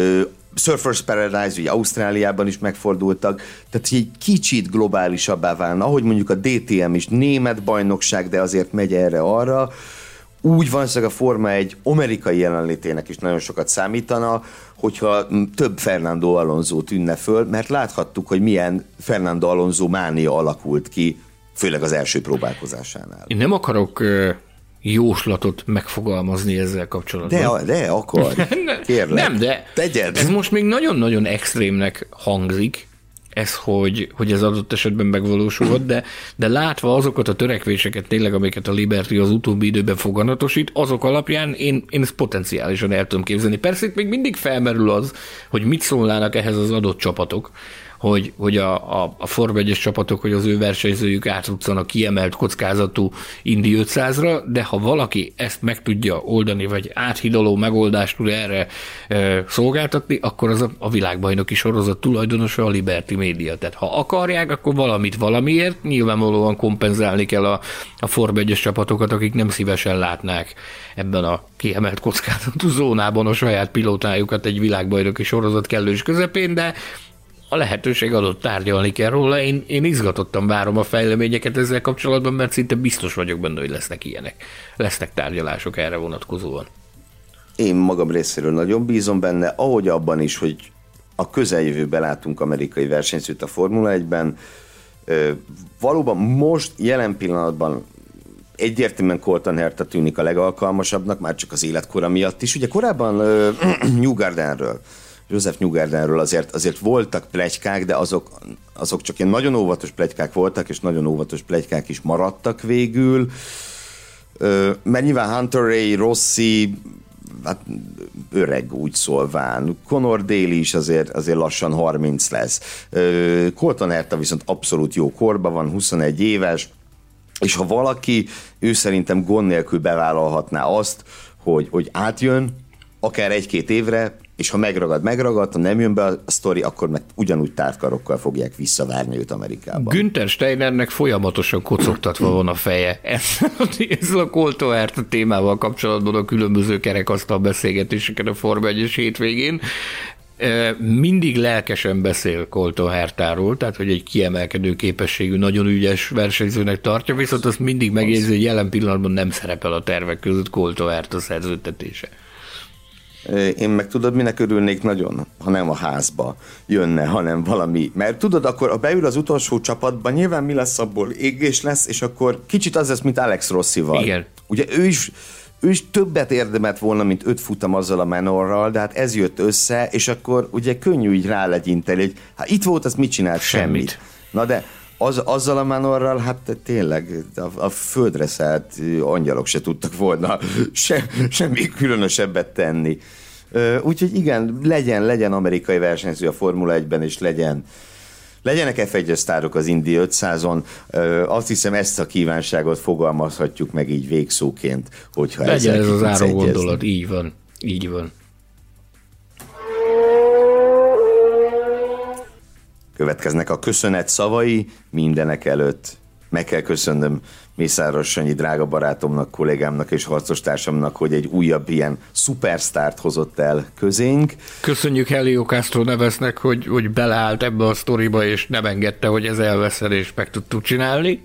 Surfers Paradise, ugye Ausztráliában is megfordultak, tehát egy kicsit globálisabbá válna, ahogy mondjuk a dé té em is német bajnokság, de azért megy erre-arra, úgy van, hogy a Forma egy amerikai jelenlétének is nagyon sokat számítana, hogyha több Fernando Alonso tűnne föl, mert láthattuk, hogy milyen Fernando Alonso mánia alakult ki, főleg az első próbálkozásánál. Én nem akarok uh, jóslatot megfogalmazni ezzel kapcsolatban. De, de akar, kérlek. Nem, de tegyed. Ez most még nagyon-nagyon extrémnek hangzik, ez, hogy, hogy ez adott esetben megvalósulhat, de, de látva azokat a törekvéseket tényleg, amiket a Liberty az utóbbi időben foganatosít, azok alapján én, én ezt potenciálisan el tudom képzelni. Persze itt még mindig felmerül az, hogy mit szólnának ehhez az adott csapatok, hogy, hogy a, a, a Forma egyes csapatok, hogy az ő versenyzőjük átruccanak kiemelt kockázatú Indy ötszázra, de ha valaki ezt meg tudja oldani, vagy áthidaló megoldást tud erre e, szolgáltatni, akkor az a, a világbajnoki sorozat tulajdonosa a Liberty Media. Tehát ha akarják, akkor valamit valamiért, nyilvánvalóan kompenzálni kell a, a Forma egyes csapatokat, akik nem szívesen látnák ebben a kiemelt kockázatú zónában a saját pilótájukat egy világbajnoki sorozat kellős közepén, de a lehetőség adott, tárgyalni kell róla. Én, én izgatottan várom a fejleményeket ezzel kapcsolatban, mert szinte biztos vagyok benne, hogy lesznek ilyenek. Lesznek tárgyalások erre vonatkozóan. Én magam részéről nagyon bízom benne, ahogy abban is, hogy a közeljövőben látunk amerikai versenyzőt a Formula egyben. Valóban most, jelen pillanatban egyértelműen Colton Herta tűnik a legalkalmasabbnak, már csak az életkora miatt is. Ugye korábban Newgardenről, Joseph Newgardenről azért, azért voltak pletykák, de azok, azok csak ilyen nagyon óvatos pletykák voltak, és nagyon óvatos pletykák is maradtak végül. Mert nyilván Hunter Ray, Rossi, hát öreg úgy szólván. Conor Daly is azért, azért lassan harminc lesz. Colton Herta viszont abszolút jó korban van, huszonegy éves, és ha valaki, ő szerintem gond nélkül bevállalhatná azt, hogy, hogy átjön, akár egy-két évre, és ha megragad, megragad, ha nem jön be a sztori, akkor meg ugyanúgy tártkarokkal fogják visszavárni őt Amerikában. Günther Steinernek folyamatosan kocogtatva van a feje. Ezzel a Colton Herta témával kapcsolatban a különböző kerekasztal beszélgetéseken a Forma egyes hétvégén. Mindig lelkesen beszél Colton Hertáról, tehát hogy egy kiemelkedő képességű, nagyon ügyes versenyzőnek tartja, viszont azt mindig megjegyzi, hogy jelen pillanatban nem szerepel a tervek között Colton Herta szerződtetése. Én meg tudod, minek örülnék nagyon, ha nem a házba jönne, hanem valami. Mert tudod, akkor ha beül az utolsó csapatba, nyilván mi lesz abból? Égés lesz, és akkor kicsit az lesz, mint Alex Rossival. Igen. Ugye ő is, ő is többet érdemelt volna, mint öt futam azzal a Manorral, de hát ez jött össze, és akkor ugye könnyű így rálegyinteni, hogy hát itt volt, az mit csinált? Semmit. Semmit. Na de az, azzal a Manorral, hát tényleg a, a földre szállt angyalok se tudtak volna se, semmi különösebbet tenni. Úgyhogy igen, legyen, legyen amerikai versenyző a Formula egyben, és legyen, legyenek ef egyes sztárok az Indy ötszázon. Azt hiszem, ezt a kívánságot fogalmazhatjuk meg így végszóként, hogyha legyen ez az záró gondolat, így van, így van. Következnek a köszönet szavai mindenek előtt. Meg kell köszönnöm Mészáros Sanyi drága barátomnak, kollégámnak és harcostársamnak, hogy egy újabb ilyen szupersztárt hozott el közénk. Köszönjük Helio Castro Nevesnek, hogy, hogy beleállt ebbe a sztoriba, és nem engedte, hogy ez elveszel, és meg tudtuk csinálni.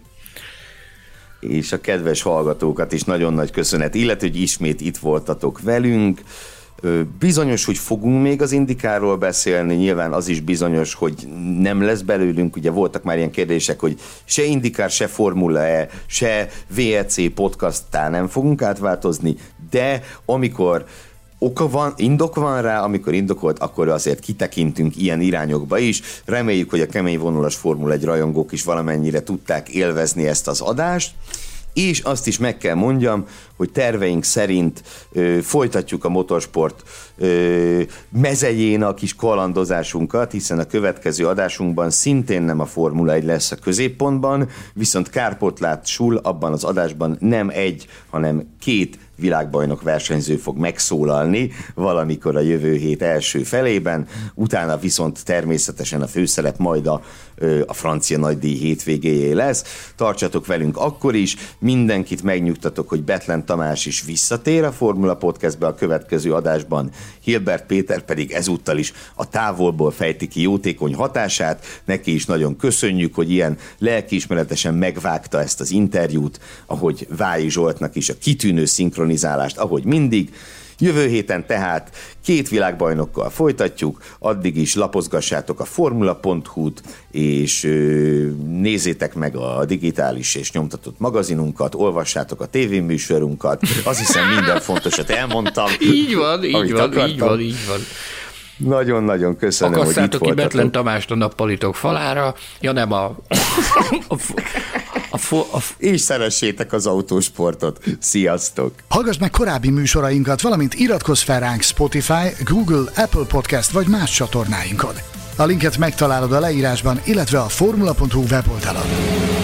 És a kedves hallgatókat is nagyon nagy köszönet, illetve, hogy ismét itt voltatok velünk. Bizonyos, hogy fogunk még az Indikáról beszélni, nyilván az is bizonyos, hogy nem lesz belőlünk, ugye voltak már ilyen kérdések, hogy se Indikár, se Formula E, se vé e cé podcasttá nem fogunk átváltozni, de amikor oka van, indok van rá, amikor indokolt, akkor azért kitekintünk ilyen irányokba is. Reméljük, hogy a kemény vonulas Formula egy rajongók is valamennyire tudták élvezni ezt az adást. És azt is meg kell mondjam, hogy terveink szerint ö, folytatjuk a motorsport ö, mezején a kis kalandozásunkat, hiszen a következő adásunkban szintén nem a Formula egy lesz a középpontban, viszont kárpotlásul abban az adásban nem egy, hanem két világbajnok versenyző fog megszólalni valamikor a jövő hét első felében, utána viszont természetesen a főszerep majd a, a francia nagydíj hétvégéjé lesz. Tartsatok velünk akkor is, mindenkit megnyugtatok, hogy Bethlen Tamás is visszatér a Formula Podcastbe a következő adásban, Hilbert Péter pedig ezúttal is a távolból fejti ki jótékony hatását, neki is nagyon köszönjük, hogy ilyen lelkiismeretesen megvágta ezt az interjút, ahogy Vályi Zsoltnak is a kitűnő szinkronizálást, ahogy mindig. Jövő héten tehát két világbajnokkal folytatjuk, addig is lapozgassátok a formula pont hu-t, és ö, nézzétek meg a digitális és nyomtatott magazinunkat, olvassátok a tévéműsorunkat, azt hiszem minden fontosat elmondtam. Így van, így van, akartam. így van, így van. Nagyon-nagyon köszönöm, hogy itt voltatok. Akasszátok ki Bethlen Tamást a nappalitok falára, ja nem a... a, a, a, a és szeressétek az autósportot. Sziasztok! Hallgass meg korábbi műsorainkat, valamint iratkozz fel ránk Spotify, Google, Apple Podcast vagy más csatornáinkon. A linket megtalálod a leírásban, illetve a formula pont hu weboldalon.